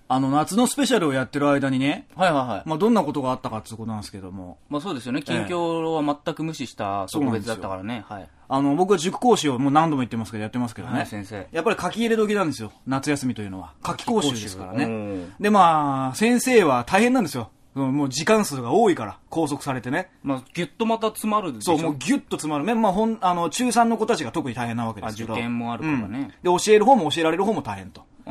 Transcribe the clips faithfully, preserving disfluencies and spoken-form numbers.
あの、夏のスペシャルをやってる間にね、 はいはいはい。 まあ、どんなことがあったかっていうことなんですけども。 まあそうですよね。近況は全く無視した特別だったからね。はい。 あの、僕は塾講師をもう何度も言ってますけど、やってますけどね。 はい、先生。 やっぱり書き入れ時なんですよ。夏休みというのは。夏期講習ですからね。で、まあ、先生は大変なんですよ。もう時間数が多いから、拘束されてね。 まあ、ぎゅっとまた詰まるでしょ。 そう、もうぎゅっと詰まる。まあ、ほん、あの、中さんの子たちが特に大変なわけですけど。 あ、受験もあるからね、 うん。で、教える方も教えられる方も大変と。 うん、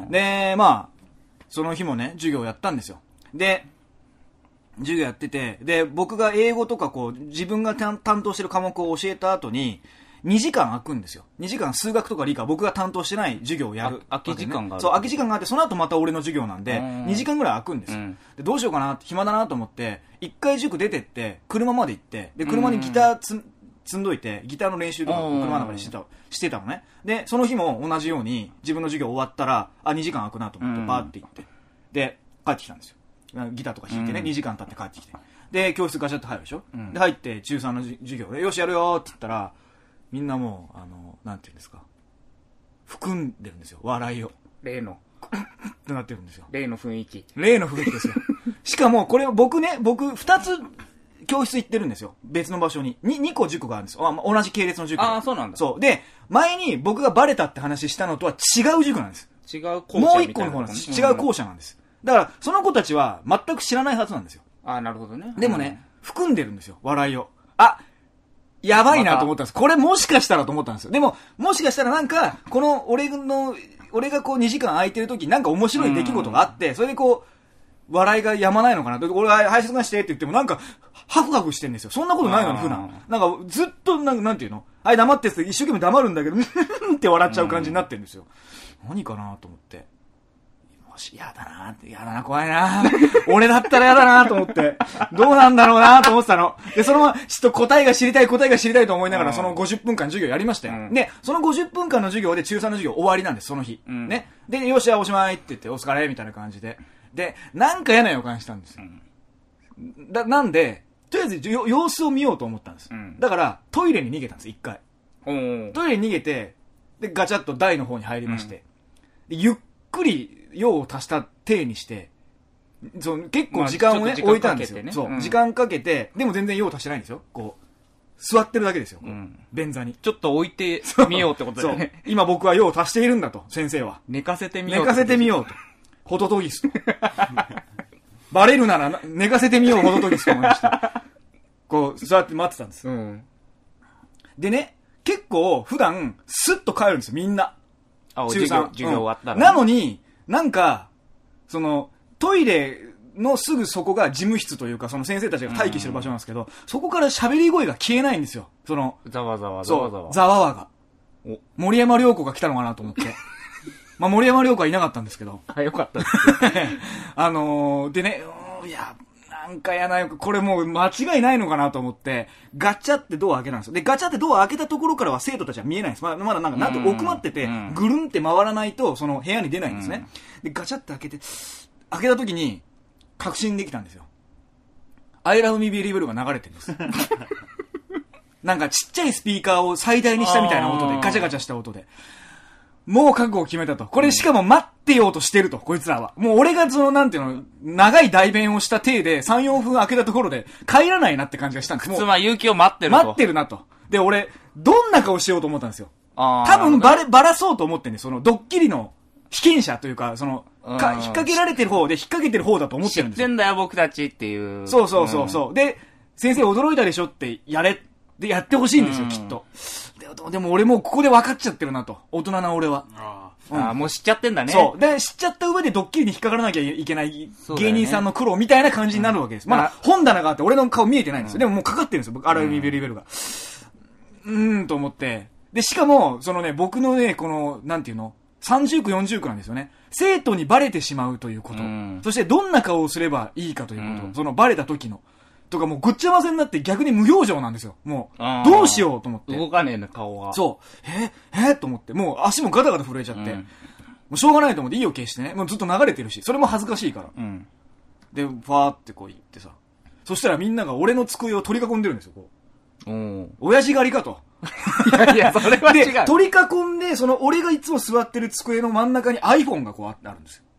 で、まあ、その日もね、授業をやったんですよ。で、授業やってて、で、僕が英語とかこう、自分が担当してる科目を教えた後に、にじかん空くんですよ。にじかん数学とか理科、僕が担当してない授業をやる、ね。 空き時間がある。 そう、空き時間があって、その後また俺の授業なんで、にじかんぐらい空くんですよ。で、どうしようかなって、暇だなと思って、一回塾出てって、車まで行って、で、車にギターつ、積んどいて、ギターの練習とか車の中でしてた、してたのね。で、その日も同じように、自分の授業終わったら、あ、にじかん空くなと思って、バーって行って、で、帰ってきたんですよ。ギターとか弾いてね、にじかん経って帰ってきて。で、教室ガチャッと入るでしょ、うん、で、入って、中さんの授業で、よし、やるよって言ったら、みんなもう、あの、なんていうんですか、含んでるんですよ、笑いを。 例の。 ってなってるんですよ。 例の雰囲気。 例の雰囲気ですよ。しかも、これ僕ね、僕、二つ、教室行ってるんですよ。別の場所に。に、にこ塾があるんですよ。あ、同じ系列の塾。 ああ、そうなんだ。 そう。で、前に僕がバレたって話したのとは違う塾なんです。 違う校舎もう一個の方なんです。違う校舎なんです。だから、その子たちは全く知らないはずなんですよ。 ああ、なるほどね。 でもね、うん、含んでるんですよ、笑いを。あ、やばいなと思ったんです。これもしかしたらと思ったんですよ。でも、もしかしたらなんか、この俺の、俺がこうにじかん空いてる時になんか面白い出来事があって、それでこう、笑いが止まないのかなと。俺が配信がしてって言ってもなんか、ハフハフしてるんですよ。そんなことないのに普段。なんかずっとなんか、なんていうの、はい、黙ってって一生懸命黙るんだけど、って笑っちゃう感じになってるんですよ。何かなと思って。やだなって、やだな、怖いな俺だったらやだなと思って、どうなんだろうなと思ってたの。で、そのまま、ちょっと答えが知りたい、答えが知りたいと思いながら、そのごじゅっぷんかん授業やりましたよ。うん、で、そのごじゅっぷんかんの授業で中さんの授業終わりなんです、その日。うん、ね。で、よし、おしまいって言って、お疲れ、みたいな感じで。で、なんか嫌な予感したんですよ。うん、だ、なんで、とりあえず様子を見ようと思ったんです。うん、だから、トイレに逃げたんです、一回。トイレに逃げて、で、ガチャッと台の方に入りまして。うん、で、ゆっくり、用を足した体にして、そう、結構時間をね、置いたんですよ。ね、そう、うん、時間かけて、でも全然用を足してないんですよ。こう、座ってるだけですよ。うん、便座に。 ちょっと置いてみようってことだよね。 今僕は用を足しているんだと、先生は。 寝かせてみよう。 寝かせてみようと。ホトトギスと。バレるなら、寝かせてみよう、ホトトギスと思いました。こう、座って待ってたんです。うん、でね、結構普段、スッと帰るんですよ、みんな。 あ、授業、授業終わったら、 うん。なのに、なんか、その、トイレのすぐそこが事務室というか、その先生たちが待機してる場所なんですけど、そこから喋り声が消えないんですよ。その、 ざわざわざわざわ。 ざわわが。お森山良子が来たのかなと思って。まあ、森山良子はいなかったんですけど。 あ、よかったです。 あのー、でね、いや、なんかやない、これもう間違いないのかなと思って、ガチャってドア開けたんですよ。で、ガチャってドア開けたところからは生徒たちは見えないんです。まだ、まだなんか、なんと奥まってて、ぐるんって回らないと、その部屋に出ないんですね。で、ガチャって開けて、開けた時に、確信できたんですよ。I love me Believer が流れてるんです。なんかちっちゃいスピーカーを最大にしたみたいな音で、ガチャガチャした音で。もう覚悟を決めたと。これしかも待ってようとしてると、こいつらは。もう俺がその、なんていうの、長い代弁をした体でさん、よんぷん開けたところで帰らないなって感じがしたんです。 普通は勇気を待ってると。 待ってるなと。で、俺、どんな顔しようと思ったんですよ。多分バレ、バラそうと思ってね、その、ドッキリの被験者というか、その、か、引っ掛けられてる方で引っ掛けてる方だと思ってるんですよ。 知ってんだよ、僕たちっていう。 そうそうそうそう。うん、で、先生驚いたでしょってやれ、でやってほしいんですよ、きっと。で、でも俺もうここで分かっちゃってるなと。大人な俺は。 ああ、うん、あ、もう知っちゃってんだね。 そう。で、知っちゃった上でドッキリに引っかからなきゃいけない芸人さんの苦労みたいな感じになるわけです。うん、まだ本棚があって俺の顔見えてないんですよ。うん、でももうかかってるんですよ、僕、アライミベリベルが。うーん、と思って。で、しかも、そのね、僕のね、この、なんていうのさんじゅうく、よんじゅうくなんですよね。生徒にバレてしまうということ。うん、そしてどんな顔をすればいいかということ。うん、そのバレた時の。とかもうぐっちゃ混ぜになって逆に無表情なんですよ。もう、どうしようと思って。 動かねえな、顔が。 そう。ええー、と思って。もう足もガタガタ震えちゃって。うん、もうしょうがないと思って、いいを消してね。もうずっと流れてるし、それも恥ずかしいから。うん、で、ファーってこう言ってさ。そしたらみんなが俺の机を取り囲んでるんですよ、こう。うん。親父狩りかと。 いやいや、それは違う。 で、取り囲んで、その俺がいつも座ってる机の真ん中に iPhone がこうあってあるんですよ。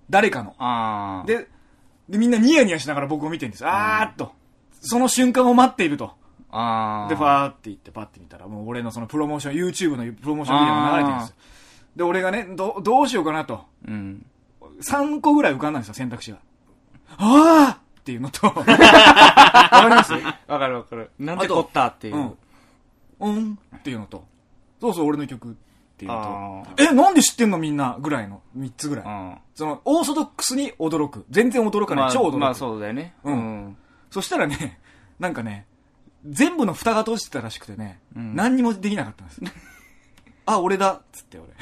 誰かの。 あー。 で、で、みんなニヤニヤしながら僕を見てるんです。あーっと。その瞬間を待っていると。 あー。 で、ファーって言ってパッて見たら、もう俺のそのプロモーション、YouTube のプロモーションビデオが流れてるんですよ。で、俺がね、ど、どうしようかなと。 うん。 さんこぐらい浮かんだんですよ、選択肢が。あーっていうのと。わかりますわかるわかる。なんで凝ったっていう。 うん。うんっていうのと。そうそう、俺の曲っていうのあと。え、なんで知ってんのみんなぐらいの。みっつぐらい。 うん。 その、オーソドックスに驚く。全然驚かない。 まあ、 超驚く。 まあそうだよね。 うん。うん、そしたらね、なんかね、全部の蓋が閉じてたらしくてね、うん、何にもできなかったんです。あ、俺だっつって俺。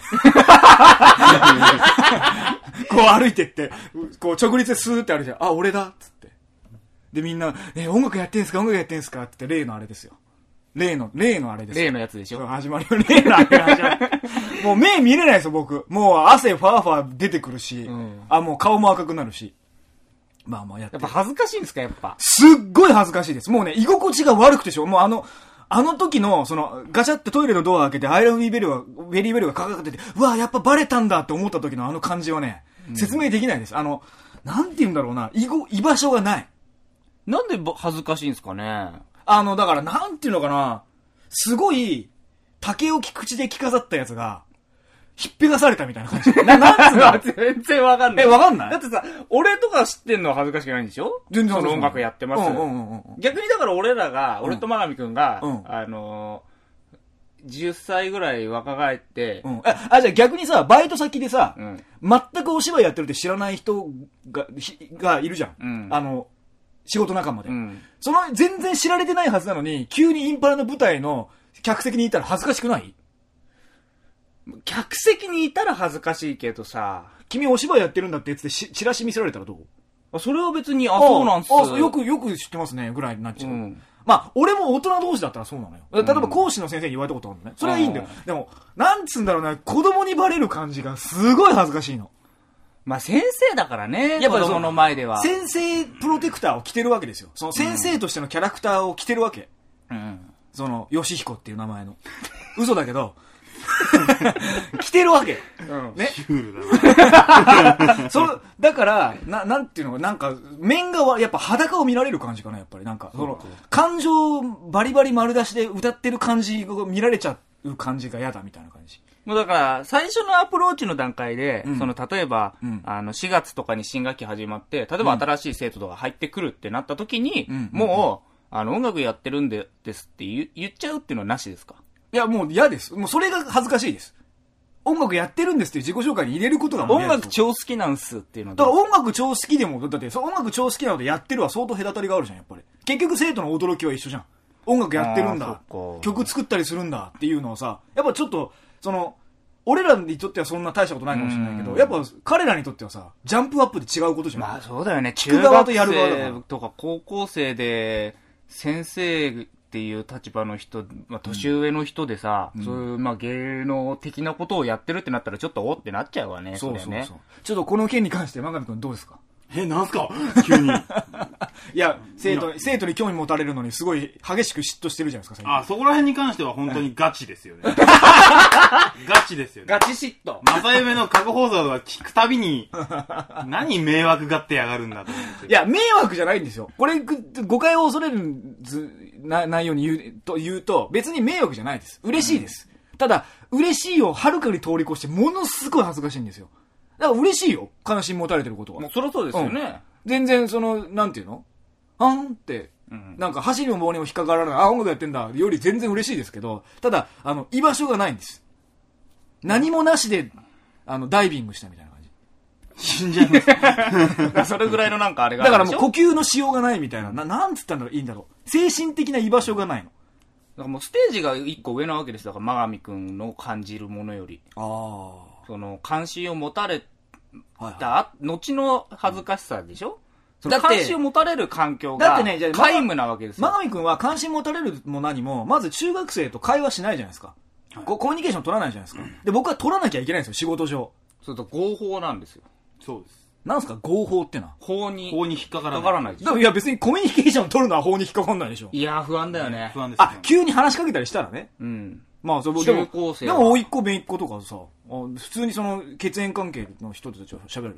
こう歩いてって、こう直立でスーって歩いて、あ、俺だっつって。で、みんな、え、音楽やってんすか音楽やってんすかって例のあれですよ。例の、例のあれですよ。 例のやつでしょ始まるよ。例のあれが始まる。もう目見れないですよ、僕。もう汗ファーファー出てくるし、うん、あ、もう顔も赤くなるし。まあまあやって。 やっぱ恥ずかしいんですか、やっぱ。 すっごい恥ずかしいです。もうね、居心地が悪くてしょ。もうあの、あの時の、その、ガチャってトイレのドア開けて、アイラブビーベルが、ベリーベルがかかってて、うわ、やっぱバレたんだって思った時のあの感じはね、説明できないです。あの、なんて言うんだろうな、居ご、居場所がない。 なんで恥ずかしいんですかね。 あの、だからなんていうのかな、すごい、竹を口で着飾ったやつが、ひっぺがされたみたいな感じ。な、なんつうの全然わかんない。 え、わかんないだってさ、俺とか知ってんのは恥ずかしくないんでしょ全然その音楽やってます。うんうんうんうん、逆にだから俺らが、俺と真上くんが、うん、あのー、じゅっさいぐらい若返って、 うん、あ、あ、じゃあ逆にさ、バイト先でさ、うん、全くお芝居やってるって知らない人が、がいるじゃん。うん、あの、仕事仲間で、うん。その、全然知られてないはずなのに、急にインパラの舞台の客席にいたら恥ずかしくない？ 客席にいたら恥ずかしいけどさ、 君お芝居やってるんだって言ってチラシ見せられたらどう？ あ、それは別に、あ、そうなんすあ、よく、よく知ってますね、ぐらいになっちゃう。うん、まあ、俺も大人同士だったらそうなのよ。例えば講師の先生に言われたことあるのね。それはいいんだよ。うん、でも、なんつうんだろうな、子供にバレる感じがすごい恥ずかしいの。 まあ先生だからね、やっぱ子供の前では。 先生プロテクターを着てるわけですよ。その先生としてのキャラクターを着てるわけ。うん。その、ヨシヒコっていう名前の。嘘だけど、着てるわけ。うん。ね。シュールだな。そう、だから、な、なんていうのか、なんか、面がやっぱ裸を見られる感じかな、やっぱり。なんか、その、感情バリバリ丸出しで歌ってる感じが見られちゃう感じが嫌だみたいな感じ。 もうだから、最初のアプローチの段階で、うん、その、例えば、うん、あの、しがつとかに新学期始まって、例えば新しい生徒とか入ってくるってなった時に、うん、もう、あの、音楽やってるんで、ですって言、言っちゃうっていうのはなしですか？ いや、もう嫌です。もうそれが恥ずかしいです。音楽やってるんですっていう自己紹介に入れることがもう嫌です。音楽超好きなんすっていうのだから音楽超好きでも、だって、音楽超好きなのでやってるは相当隔たりがあるじゃん、やっぱり。結局生徒の驚きは一緒じゃん。音楽やってるんだ。曲作ったりするんだっていうのはさ、やっぱちょっと、その、俺らにとってはそんな大したことないかもしれないけど、やっぱ彼らにとってはさ、ジャンプアップで違うことじゃん。 まあそうだよね。中学生とか高校生で、先生っていう立場の人、まあ、年上の人でさ、うん、そういう、まあ、芸能的なことをやってるってなったらちょっとおってなっちゃうわね。 そうそうそう。 ね、 ちょっとこの件に関して真上くんどうですか？ え、なんすか急に。 いや、生徒、生徒に興味持たれるのにすごい激しく嫉妬してるじゃないですか、 あ、そこら辺に関しては本当にガチですよね。ガチですよね。 ガチ嫉妬。 正夢の過去放送が聞くたびに、何迷惑がってやがるんだと思って。 いや、迷惑じゃないんですよ。これ、誤解を恐れるずなないように言うと、言うと、別に迷惑じゃないです。嬉しいです。うん、ただ、嬉しいをはるかに通り越して、ものすごい恥ずかしいんですよ。だから嬉しいよ。関心持たれてることは。 もうそりゃそうですよね。うん、 全然その、なんていうのあんって、うん、なんか走りも棒にも引っかからない、あ、音楽やってんだ、より全然嬉しいですけど、ただ、あの、居場所がないんです。何もなしで、あの、ダイビングしたみたいな感じ。 死んじゃいます。 それぐらいのなんかあれがあるでしょ。だからもう呼吸のしようがないみたいな、な、なんつったらいいんだろう。精神的な居場所がないの。 だからもうステージが一個上なわけです。だから、真上くんの感じるものより。ああ。その、関心を持たれた、はいはい、後の恥ずかしさでしょ、うん、だって関心を持たれる環境が皆無なわけですよ。 真上くんは関心持たれるも何も、まず中学生と会話しないじゃないですか。はい、コミュニケーション取らないじゃないですか。で、僕は取らなきゃいけないんですよ、仕事上。 そうと合法なんですよ。 そうです。 なんすか合法ってのは。 法に。 法に引っかからない。 引っかからないでもいや別にコミュニケーション取るのは法に引っかかんないでしょ。 いや不安だよね。 不安です、ね。 あ、急に話しかけたりしたらね。うん。まあ、それ中高生でも、でも、甥っ子、姪っ子とかさ、普通にその、血縁関係の人たちは喋るでしょ？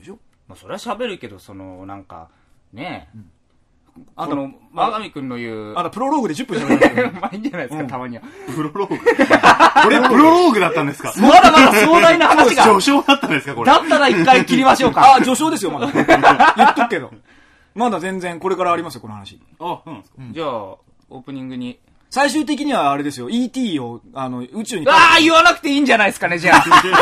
まあ、それは喋るけど、その、なんか、ねえ。うん、あの、マガミ君の言う。 あの、プロローグでじゅっぷん喋るんですけど。 まあいいんじゃないですか、うん、たまには。 プロローグこれプロローグだったんですか？ まだまだ壮大な話が。 序章だったんですかこれ。 だったら一回切りましょうか。 あ、序章ですよ、まだ。言っとくけど。まだ全然これからありますよ、この話。 あ、そうなんですか。うん、じゃあ、オープニングに。 最終的にはあれですよ、イーティー を、あの、宇宙に。 ああ、言わなくていいんじゃないですかね、じゃあ。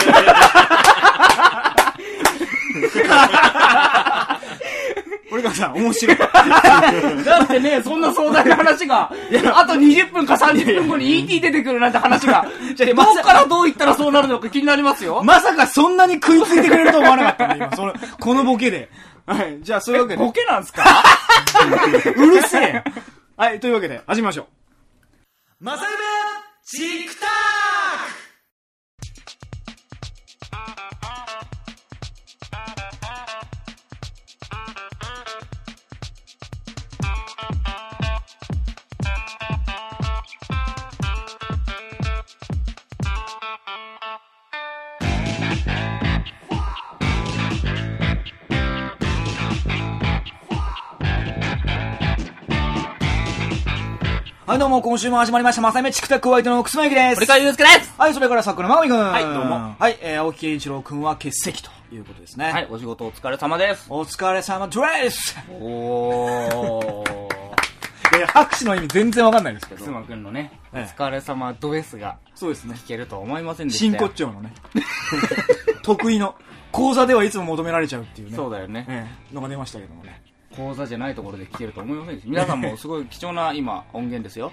堀川さん、面白い。 だってね、そんな壮大な話が、あとにじゅっぷんかさんじゅっぷんごに イーティー 出てくるなんて話が、どっからどういったらそうなるのか気になりますよ。 まさかそんなに食いついてくれると思わなかったね、今。その、このボケで。はい。じゃあ、そういうわけで。 ボケなんすか？ うるせえ。はい、というわけで、始めましょう。マサイベチクタークはい、どうも、今週も始まりました、まさめちくたくワイトのくすまゆきです。 堀川祐介です。 はい、それからさくらまみくん。 はい、どうも。 はい、えー、青木健一郎くんは欠席ということですね。 はい、お仕事お疲れ様です。 お疲れ様です。 おー。 いや、拍手の意味全然わかんないですけど。 くすまくんのね、お疲れ様ド S が、 そうですね。 聞けるとは思いませんでした。 真骨頂のね。得意の、講座ではいつも求められちゃうっていうね。 そうだよね。 ええ、のが出ましたけどもね。 講座じゃないところで聞けると思いませんでした。皆さんもすごい貴重な今音源ですよ。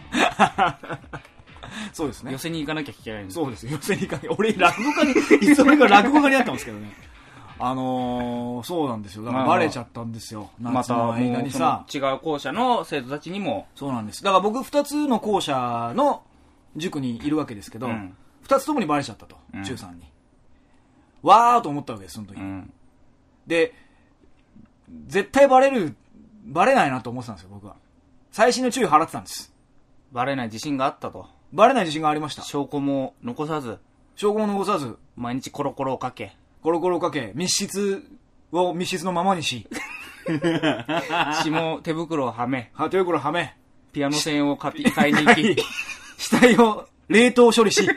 そうですね。 寄せに行かなきゃ聞けないんです。 そうですよ。寄せに行かなきゃ。俺、落語家に、いつ俺が落語家になったんですけどね。あのー、そうなんですよ。だからバレちゃったんですよ。 また、もう、違う校舎の生徒たちにも。 そうなんです。だから僕、二つの校舎の塾にいるわけですけど、二、うん、つともにバレちゃったと。うん、中さんに。わーと思ったわけです、その時。うん、で、絶対バレる、バレないなと思ってたんですよ、僕は。細心の注意を払ってたんです。 バレない自信があったと。 バレない自信がありました。 証拠も残さず。 証拠も残さず。 毎日コロコロをかけ。 コロコロをかけ、密室を密室のままにし。 血も手袋をはめ。 は、手袋をはめ。 ピアノ線を買いに行き。 死体を冷凍処理し。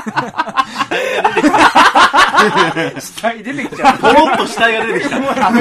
死体出てきちゃう。 ポロッと死体が出てきた。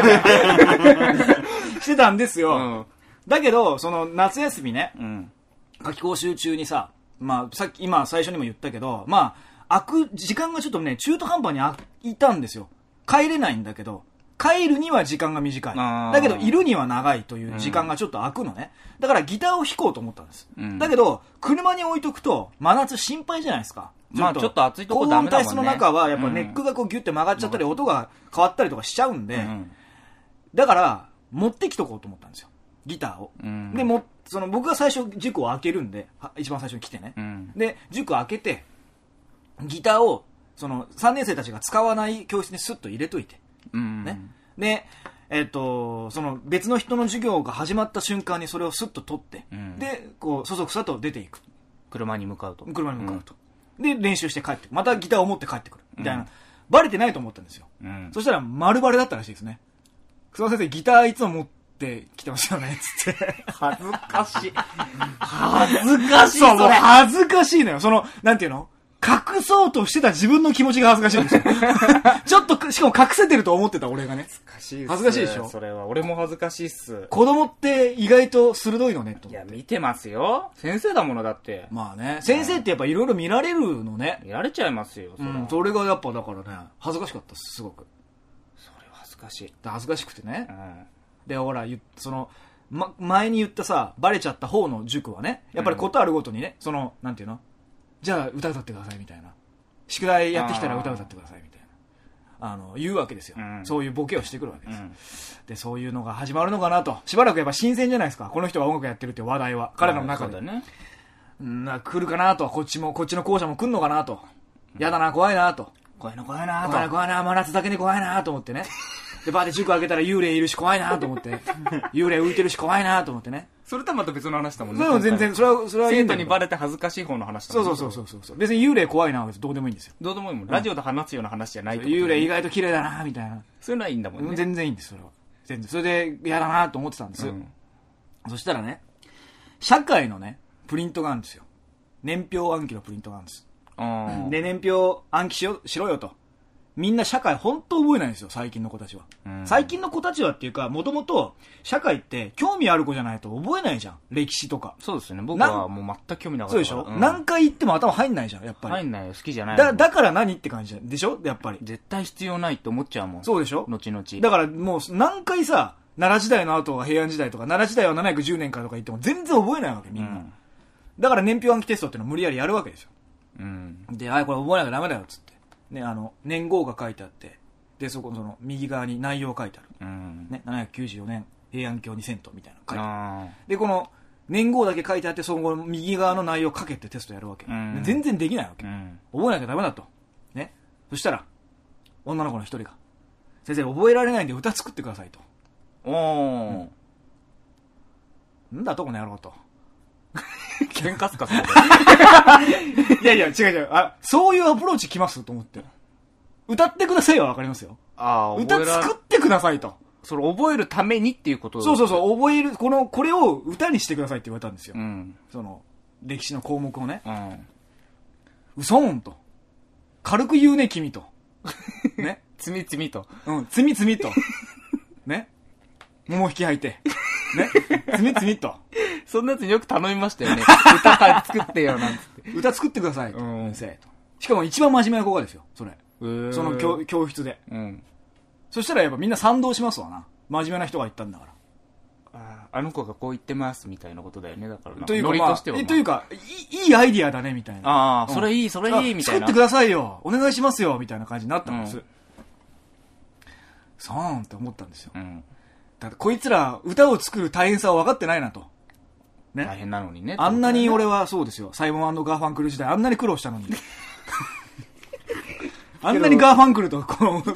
してたんですよ。 うん、 だけど、その夏休みね、 うん、 夏期講習中にさ、まあ、さっき、今最初にも言ったけど、まあ、空く時間がちょっとね、中途半端に空いたんですよ。帰れないんだけど、帰るには時間が短い。だけど、いるには長いという時間がちょっと空くのね。だからギターを弾こうと思ったんです。うん、だけど、車に置いとくと、真夏心配じゃないですか。 まあちょっと暑いとこダメだもんね。 高温体質の中は、やっぱネックがこうギュッて曲がっちゃったり、音が変わったりとかしちゃうんで、うん、だから、持ってきとこうと思ったんですよ。ギターを。うん、で、も、その僕が最初塾を開けるんで、一番最初に来てね。うん、で、塾開けて、ギターを、その、さんねん生たちが使わない教室にスッと入れといて。うん、ね。で、えっと、その別の人の授業が始まった瞬間にそれをスッと取って、うん、で、こう、そそくさと出ていく。 車に向かうと。 車に向かうと。うん、で、練習して帰ってくる。またギターを持って帰ってくる。みたいな。うん、バレてないと思ったんですよ。うん、そしたら丸バレだったらしいですね。すいません、ギターいつも持ってきてましたよね、つって。 恥ずかしい。恥ずかしい。 そう、もう恥ずかしいのよ。その、なんていうの？隠そうとしてた自分の気持ちが恥ずかしいんですよ。ちょっと、しかも隠せてると思ってた俺がね。 恥ずかしいっす。 恥ずかしいでしょ？ それは。俺も恥ずかしいっす。 子供って意外と鋭いのね、と。 いや、見てますよ。先生だものだって。 まあね。先生ってやっぱいろいろ見られるのね。 見られちゃいますよ、 それ。うん、それがやっぱだからね、恥ずかしかったっす、すごく。 それは恥ずかしい。 恥ずかしくてね。うん、で、ほら、その、ま、前に言ったさ、バレちゃった方の塾はね、やっぱりことあるごとにね、その、なんていうの？じゃあ歌歌ってくださいみたいな。宿題やってきたら歌歌ってくださいみたいな。あの、言うわけですよ。うん、そういうボケをしてくるわけです、うん。で、そういうのが始まるのかなと。しばらくやっぱ新鮮じゃないですか。この人は音楽やってるって話題は。彼らの中で。 そうだね。 な、来るかなと。こっちも、こっちの校舎も来んのかなと。やだな、怖いなと。 怖いな、怖いなと。 怖いな、怖いな、真夏だけで怖いなと思ってね。で、バーで塾開けたら幽霊いるし怖いなと思って。幽霊浮いてるし怖いなと思ってね。 それとはまた別の話だもんね。 それは全然、それは、それはいい生んだけど。 徒にバレて恥ずかしい方の話だもんね。 そうそうそうそう。別に幽霊怖いな、どうでもいいんですよ。 どうでもいいもん。ラジオで話すような話じゃないってことね。 幽霊意外と綺麗だな、みたいな。 そういうのはいいんだもんね。 全然いいんです、それは。全然。それで嫌だなと思ってたんです。うん、そしたらね、社会のね、プリントがあるんですよ。年表暗記のプリントがあるんです。で、年表暗記しよ、しろよと。みんな社会本当覚えないんですよ、最近の子たちは。うん、最近の子たちはっていうか、もともと社会って興味ある子じゃないと覚えないじゃん、歴史とか。 そうですよね、僕はもう全く興味なかったから。 そうでしょ、うん、何回言っても頭入んないじゃん、やっぱり。 入んないよ、好きじゃない。 だ、だから何って感じでしょやっぱり。 絶対必要ないって思っちゃうもん。 そうでしょ後々。 だからもう何回さ、奈良時代の後は平安時代とか、奈良時代はななひゃくじゅうねんからとか言っても全然覚えないわけ、みんな。うん、だから年表暗記テストっていうのを無理やりやるわけですよ。うん、で、あ、これ覚えなきゃダメだよ、つって。ね、あの、年号が書いてあって、で、そこのその右側に内容書いてある。うん、ね、ななひゃくきゅうじゅうよねん、平安京にせんとみたいな書いてある。で、この年号だけ書いてあって、その右側の内容を書けってテストやるわけ。うん、全然できないわけ、うん。覚えなきゃダメだと。ね。そしたら、女の子の一人が、先生覚えられないんで歌作ってくださいと。おー。うん、んだとこの野郎と。 喧嘩っすかそれいやいや、違う違う。あ、そういうアプローチきますと思って。歌ってくださいはわかりますよ。ああ、歌作ってくださいと。 それ覚えるためにっていうこと。 そうそうそう、覚える、この、これを歌にしてくださいって言われたんですよ。うん。その、歴史の項目をね。うん。うそーんと。軽く言うね、君と。ね。 つみつみと。 うん、つみつみと。ね。桃引き履いて。ね。つみつみと。 そんなやつによく頼みましたよね。歌から作ってよ、なんつって。 歌作ってください、うん、先生。しかも一番真面目な子がですよ、それ。その 教, 教室で、うん。そしたらやっぱみんな賛同しますわな。真面目な人が言ったんだから。 あ, あの子がこう言ってますみたいなことだよね。だからな。 というか、まあ、と, というかいい、いいアイディアだねみたいな。 ああ、うん、それいい、それいいみたいな。 作ってくださいよ、お願いしますよみたいな感じになったんです。うん、そうーんって思ったんですよ。うん、だってこいつら歌を作る大変さを分かってないなと。 ね、大変なのにね。 あんなに俺はそうですよ。サイモン&ガーファンクル時代あんなに苦労したのに。あんなにガーファンクルとこの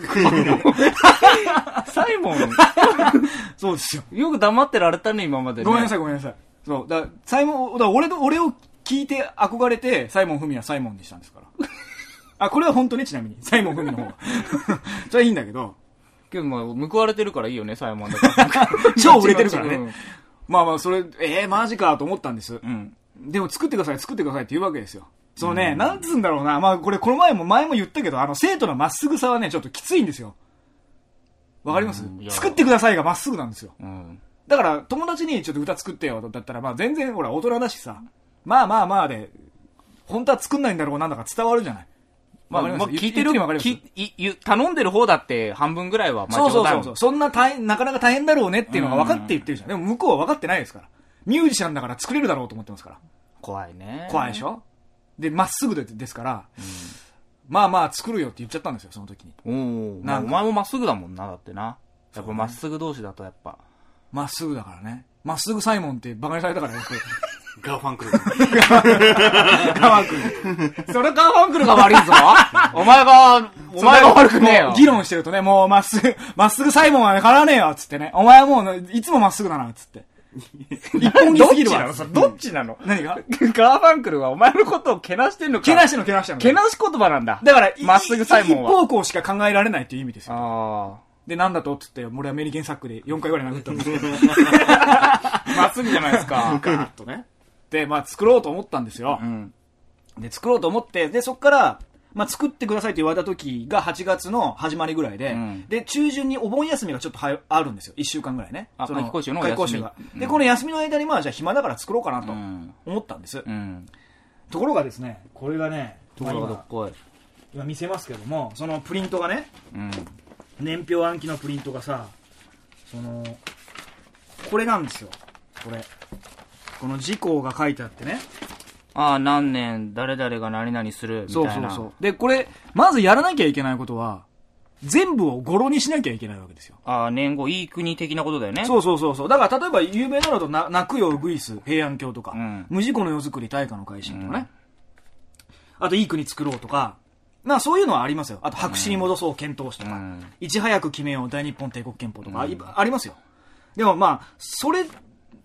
サイモンそうですよ。 よく黙ってられたね今までね。 ごめんなさいごめんなさい。そうだサイモンだ俺の俺を聞いて憧れてサイモンフミはサイモンにしたんですから。あこれは本当にちなみにサイモンフミの方がそれはいいんだけど。 けどまあ報われてるからいいよねサイモンだから。 超売れてるからね。うん、まあまあそれえー、マジかと思ったんです。うん、でも作ってください作ってくださいって言うわけですよ。そのね、うん、なんつうんだろうな。まあこれこの前も前も言ったけど、あの生徒のまっすぐさはね、ちょっときついんですよ。わかります、うん、作ってくださいがまっすぐなんですよ。うん、だから友達にちょっと歌作ってよだったら、まあ全然ほら大人だしさ、まあまあまあで、本当は作んないんだろうなんだか伝わるじゃない。 まあ、まあ、聞いてる、き頼んでる方だって半分ぐらいは、まあそうそうそうそう。そんな大変、なかなか大変だろうねっていうのが分かって言ってるじゃん。でも向こうは分かってないですから。ミュージシャンだから作れるだろうと思ってますから。 怖いね。 怖いでしょで、まっすぐでですから、うん、まあまあ作るよって言っちゃったんですよ、その時に。 おなんお前もまっすぐだもんな、だってな。やっぱまっすぐ同士だとやっぱ。 まっすぐだからね。まっすぐサイモンってバカにされたからやっぱり。 ガーファンクル。 ガーファンクル。 それガーファンクルが悪いぞお前が、お前が悪くねえよ。 議論してるとね、もうまっすぐ、まっすぐサイモンはね、変わらねえよ、つってね。お前はもう、いつもまっすぐだな、つって。 一本気すぎるわ。どっちなの何がガーファンクルはお前のことをけなしてんのか。 けなしてんの、けなしてんの。 けなし言葉なんだ。 だから、 まっすぐサイモンは。 一方向しか考えられないっていう意味ですよ。あで、なんだとつって、俺はメリケンサックでよんかいぐらい殴ったんですけど。 まっすぐじゃないですか。 ガーッとね。で、まあ作ろうと思ったんですよ。うん、で、作ろうと思って、で、そっから、まあ作ってくださいって言われた時がはちがつの始まりぐらいで、うん、で、中旬にお盆休みがちょっとはあるんですよ。いっしゅうかんぐらいね。 あ、 その夏期講習の休み。夏期講習が。 で、この休みの間にまあじゃあ暇だから作ろうかなと思ったんです。うん、ところがですね、これがね、 ところがどっこい。 今見せますけども、そのプリントがね、うん、年表暗記のプリントがさ、その、これなんですよ。これ。この事項が書いてあってね。 ああ、何年、誰々が何々する、みたいな。 そうそうそう。で、これ、まずやらなきゃいけないことは、全部を語呂にしなきゃいけないわけですよ。 ああ、年号、いい国的なことだよね。 そうそうそうそう。だから、例えば有名なのだとな、泣くよウグイス、平安京とか、うん、無事故の世作り、大化の改新とかね。うん、あと、いい国作ろうとか、まあそういうのはありますよ。あと、白紙に戻そう、検討しとか、うん、いち早く決めよう、大日本帝国憲法とか、うん、ありますよ。でもまあ、それ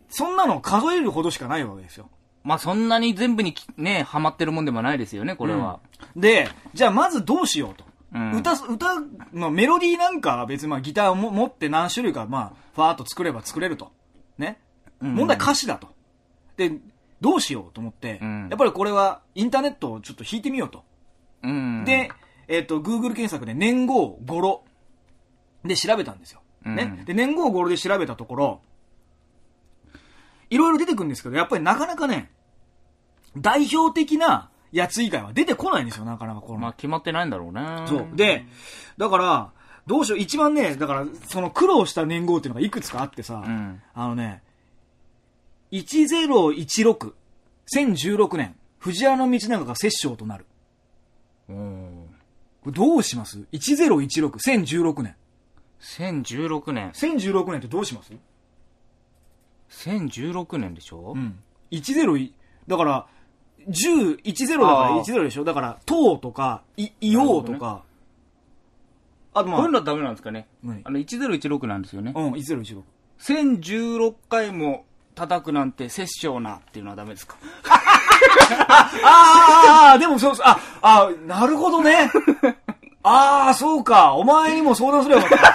そんなの数えるほどしかないわけですよ。 まあそんなに全部にね、ハマってるもんでもないですよね、これは。 うん、で、じゃあまずどうしようと。うん、歌、歌のメロディーなんかは別にまあギターをも持って何種類かまあ、ファーっと作れば作れると。ね。うん、問題歌詞だと。で、どうしようと思って、うん、やっぱりこれはインターネットをちょっと弾いてみようと。うん、で、えっ、ー、と、Google 検索で年号語呂で調べたんですよ。うん、ね。で、年号語呂で調べたところ、いろいろ出てくるんですけど、やっぱりなかなかね、代表的なやつ以外は出てこないんですよ、なかなかこの。 まあ決まってないんだろうね。 そう。で、だから、どうしよう、一番ね、だから、その苦労した年号っていうのがいくつかあってさ、うん、あのね、いちぜろいちろく、せんじゅうろくねん、藤原道長が摂政となる。うん。どうします ?いちぜろいちろく、せんじゅうろくねん。 せんじゅうろくねん。 せんじゅうろくねんってどうします ? せんじゅうろくねんでしょうん。 いちぜろ、だから、じゅう、いちぜろだからいちぜろでしょだから、唐とか、い、いおうとか。 あとまあ。こういうのはダメなんですかね。あの、いちぜろいちろくなんですよね。 うん、いちぜろいちろく。 せんじゅうろっかいも叩くなんて殺生なっていうのはダメですかああ、でもそうそう、あ、あ、なるほどね。ああ、そうか。お前にも相談すればよかった。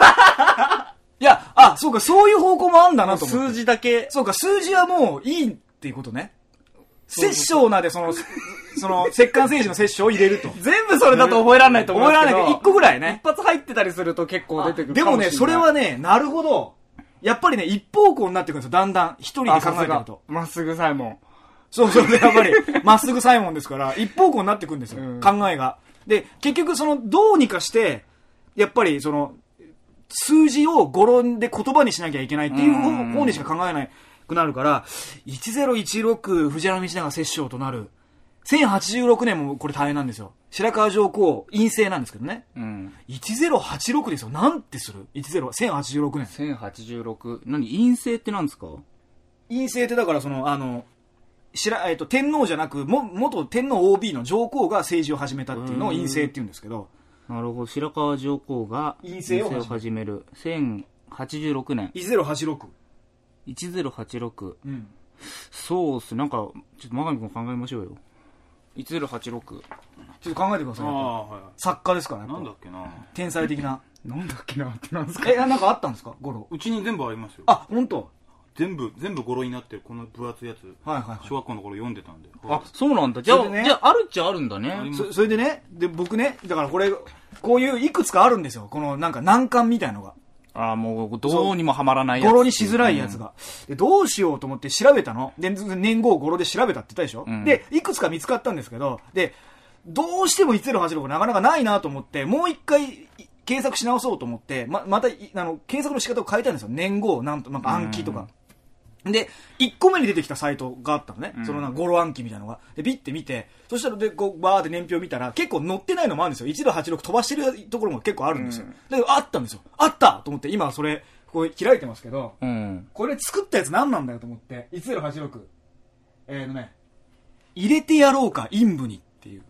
いや、あ、そうか、そういう方向もあんだなと思って。 数字だけ。 そうか、数字はもういいっていうことね。殺生なでその、その、摂関政治の殺生を入れると。 全部それだと覚えられないと思うけど。 覚えられないけど、一個ぐらいね。 一発入ってたりすると結構出てくるかもしれない。でもね、それはね、なるほど。やっぱりね、一方向になってくるんですよ、だんだん。一人で考えてると。 まっすぐサイモン。 そうそう、やっぱり、まっすぐサイモンですから、一方向になってくるんですよ、うん、考えが。で、結局その、どうにかして、やっぱりその、数字を語呂で言葉にしなきゃいけないっていう方にしか考えないくなるから、いちぜろいちろく藤原道長摂政となる。せんはちじゅうろくねんもこれ大変なんですよ。白河上皇、陰性なんですけどね。うん。いちぜろはちろくですよ。なんてする ?いちぜろ、せんはちじゅうろくねん。 せんはちじゅうろく。何陰性って何ですか？ 陰性ってだからその、あの、白、えっと、天皇じゃなく、も、元天皇 オービー の上皇が政治を始めたっていうのを陰性って言うんですけど。 なるほど。白河上皇が陰性を始める。せんはちじゅうろくねん。 いちぜろはちろく。 いちぜろはちろく。うん。そうっす。なんか、ちょっと真上君考えましょうよ。いちぜろはちろく。 ちょっと考えてください。あ、はい、作家ですからね。 なんだっけな。 天才的な。 なんだっけなってなんですか。 え、なんかあったんですか語呂。 うちに全部ありますよ。 あ、本当。 全部、全部語呂になってる、この分厚いやつ。 はいはい、はい。 小学校の頃読んでたんで。 あ、そうなんだ。じゃあ、ね、じゃあ、あるっちゃあるんだね。 そ, それでね、で、僕ね、だからこれ、こういういくつかあるんですよ。このなんか難関みたいのが。 ああ、もう、どうにもはまらないやつ。 語呂にしづらいやつが、うん。で、どうしようと思って調べたの。で、年号語呂で調べたって言ったでしょ、うん、で、いくつか見つかったんですけど、で、どうしてもいちぜろはちろくなかなかないなと思って、もう一回検索し直そうと思って、ま、また、あの、検索の仕方を変えたんですよ。年号、なんと、なんか暗記とか。で、いっこめに出てきたサイトがあったのね。うん、そのなんか語呂暗記みたいなのが。で、ビッて見て、そしたらで、こう、バーって年表見たら、結構載ってないのもあるんですよ。いちぜろはちろく飛ばしてるところも結構あるんですよ。うん、で、あったんですよ。あったと思って、今それ、こう開いてますけど、うん、これ作ったやつ何なんだよと思って、いちぜろはちろく。えーとね、入れてやろうか、陰部にっていう。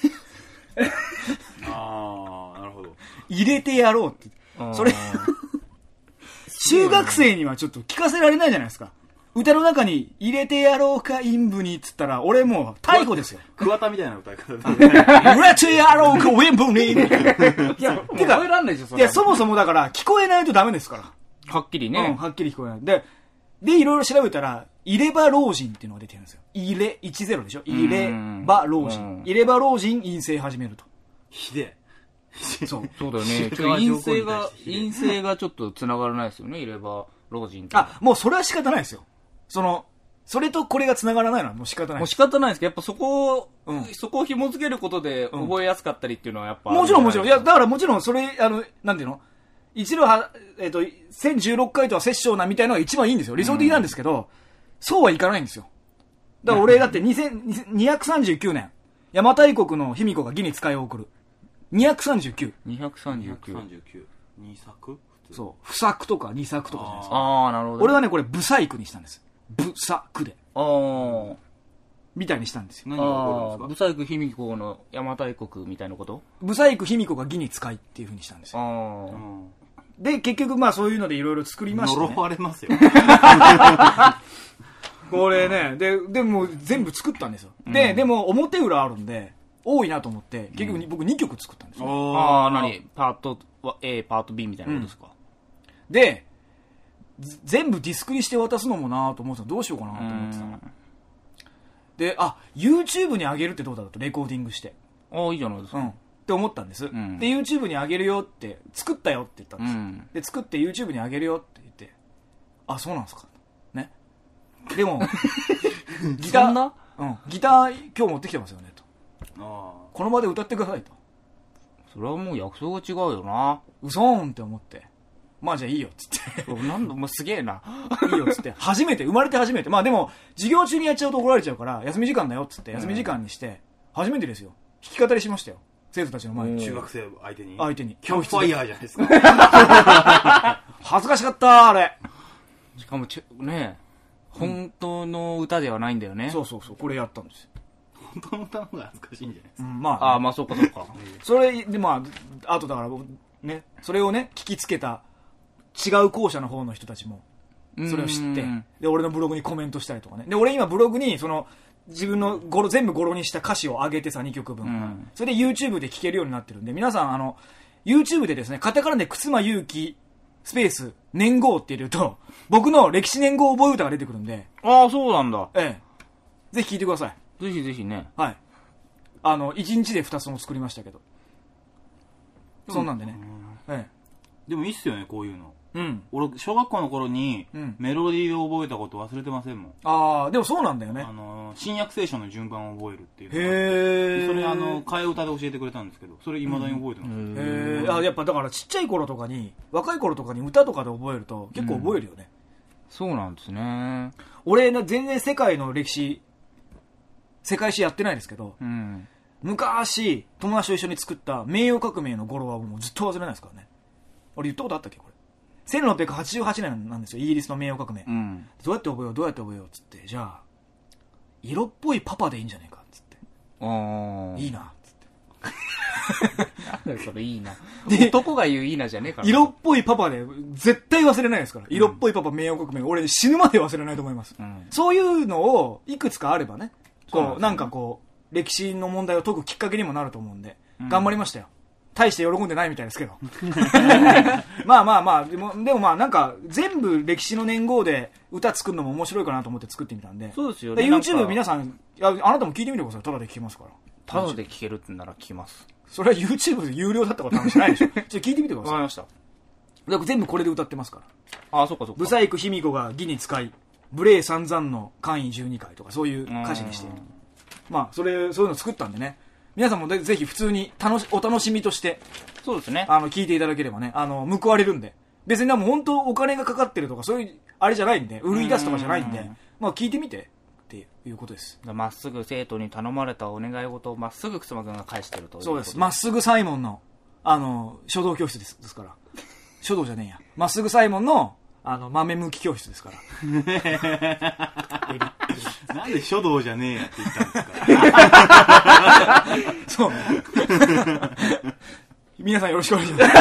あー、なるほど。 入れてやろうって。それ、中学生にはちょっと聞かせられないじゃないですか。歌の中に入れてやろうか陰部にっつったら、俺もう逮捕ですよ。 桑田みたいな歌い方で。 入れてやろうか陰部に。いや、てか、 覚えらんないでしょ、それ。いや、そもそもだから聞こえないとダメですから。 はっきりね。 うん、はっきり聞こえない。で、で、いろいろ調べたら、入れ歯老人っていうのが出てるんですよ。入れ、いちぜろでしょ入れ歯老人。入れ歯老人陰性始めると。 ひでえ。そう。 そうだよね。陰性が、陰性がちょっと繋がらないですよね、入れ歯老人って。 あ、もうそれは仕方ないですよ。その、それとこれが繋がらないのはもう仕方ない。 もう仕方ないですけど、やっぱそこを、うん、そこを紐付けることで覚えやすかったりっていうのはやっぱ、 うん。もちろんもちろん。いや、だからもちろんそれ、あの、なんていうの一度は、えっ、ー、と、せんじゅうろっかいとは殺生なみたいなのが一番いいんですよ。理想的なんですけど、うん、そうはいかないんですよ。だから俺だってにせんにひゃくさんじゅうきゅうねん、邪馬台国の卑弥呼が義に使いを送る。にひゃくさんじゅうきゅう。 にひゃくさんじゅうきゅう。 に作そう。不作とか二作とかじゃないですか。 ああ、なるほど。 俺はね、これ、不細工にしたんです。不作で。ああ。みたいにしたんですよ。 何が起こるんですか？不細工卑弥呼の邪馬台国みたいなこと？ 不細工卑弥呼が義に使いっていう風にしたんですよ。ああ。 で、結局まあそういうのでいろいろ作りまして、ね。 呪われますよ。 これね、で、でも全部作ったんですよ。で、うん、でも表裏あるんで、多いなと思って、結局に、うん、僕にきょく作ったんですよ。 ああ、何パート A、パート B みたいなことですか、うん、 で、全部ディスクにして渡すのもなと思ってた。どうしようかなと思ってた。で、あ、YouTube に上げるってどうだろうと、レコーディングして。 ああ、いいじゃないですか。 うん。って思ったんです。うん、で、YouTube に上げるよって、作ったよって言ったんです。うん、で、作って YouTube に上げるよって言って、あ、そうなんですか。ね。でも、ギター、うん、ギター今日持ってきてますよね、と。あこの場で歌ってくださいと。 それはもう約束が違うよな。 うそーんって思って。まあじゃあいいよっつって。 なんだ、もうすげえな。 いいよっつって。初めて、生まれて初めて。まあでも、授業中にやっちゃうと怒られちゃうから、休み時間だよっつって、休み時間にして、初めてですよ。弾き語りしましたよ。生徒たちの前に。 中学生相手に。 相手に。 キャンプファイヤーじゃないですか。 恥ずかしかったあれ。 しかもちね、本当の歌ではないんだよね。 そうそうそう、これやったんですよ。 本当の歌の方が恥ずかしいんじゃないですか。 うん、まあ、 ああ、まあそうかそうか。 それでまあ、あとだからね、それをね、聞きつけた違う校舎の方の人たちも、それを知って、で、俺のブログにコメントしたりとかね。で、俺今ブログに、その、自分の語呂、全部語呂にした歌詞を上げてさ、にきょくぶん。うん、それで YouTube で聴けるようになってるんで、皆さん、あの、YouTube でですね、カタカナでくつまゆうき、スペース、年号って入れると、僕の歴史年号覚え歌が出てくるんで。 ああ、そうなんだ。 ええ。ぜひ聴いてください。 ぜひぜひね。 はい。あの、いちにちでふたつも作りましたけど。そんなんでね。うん、ええ。でもいいっすよね、こういうの。 うん、 俺小学校の頃にメロディーを覚えたこと忘れてませんもん。 ああ、でもそうなんだよね。 あの新約聖書の順番を覚えるっていう。 へえ。 それあの替え歌で教えてくれたんですけど、それ未だに覚えてます。うん、 へえ。あ、やっぱだからちっちゃい頃とかに若い頃とかに歌とかで覚えると結構覚えるよね。 うん、そうなんですね。 俺全然世界の歴史世界史やってないですけど、 うん、 昔友達と一緒に作った名誉革命の語呂はもうずっと忘れないですからね。俺言ったことあったっけこれ。せんろっぴゃくはちじゅうはちねんなんですよ、イギリスの名誉革命、 うん、 どうやって覚えようどうやって覚えようっつって、じゃあ色っぽいパパでいいんじゃないかっつって、 あいいなっつってなんだそれいいな男が言ういいなじゃねえから色っぽいパパで絶対忘れないですから、色っぽいパパ名誉革命、俺死ぬまで忘れないと思います、うん、そういうのをいくつかあればね、こう、そうなんですね、なんかこう歴史の問題を解くきっかけにもなると思うんで、うん、頑張りましたよ。大して喜んでないみたいですけどまあまあまあでも、でもまあなんか全部歴史の年号で歌作るのも面白いかなと思って作ってみたんで。 そうですよね。 YouTube 皆さん、いや、あなたも聞いてみてください。タダで聞けますから。 タダで聞けるってなら聞きます。 それは YouTube で有料だったことはしないでしょ。ちょっと聞いてみてください。 わかりました。 だから全部これで歌ってますから。 ああ、そっかそっか。 ブサイク卑弥呼が義に使い、無礼散々の簡易じゅうにかいとかそういう歌詞にしている。まあそれ、そういうの作ったんでね。皆さんもぜひ普通に楽しお楽しみとしてそうですね、 あの聞いていただければね、あの報われるんで、別にでも本当お金がかかってるとかそういうあれじゃないんで、売り出すとかじゃないんで、まあ聞いてみてっていうことです。 まっすぐ生徒に頼まれたお願い事をまっすぐくつまくんが返してるということ。 そうです。まっすぐサイモンのあの書道教室ですですから書道じゃねえや、まっすぐサイモンのあの豆むき教室ですからなんで書道じゃねえやって言ったんですかそう皆さんよろしくお願いします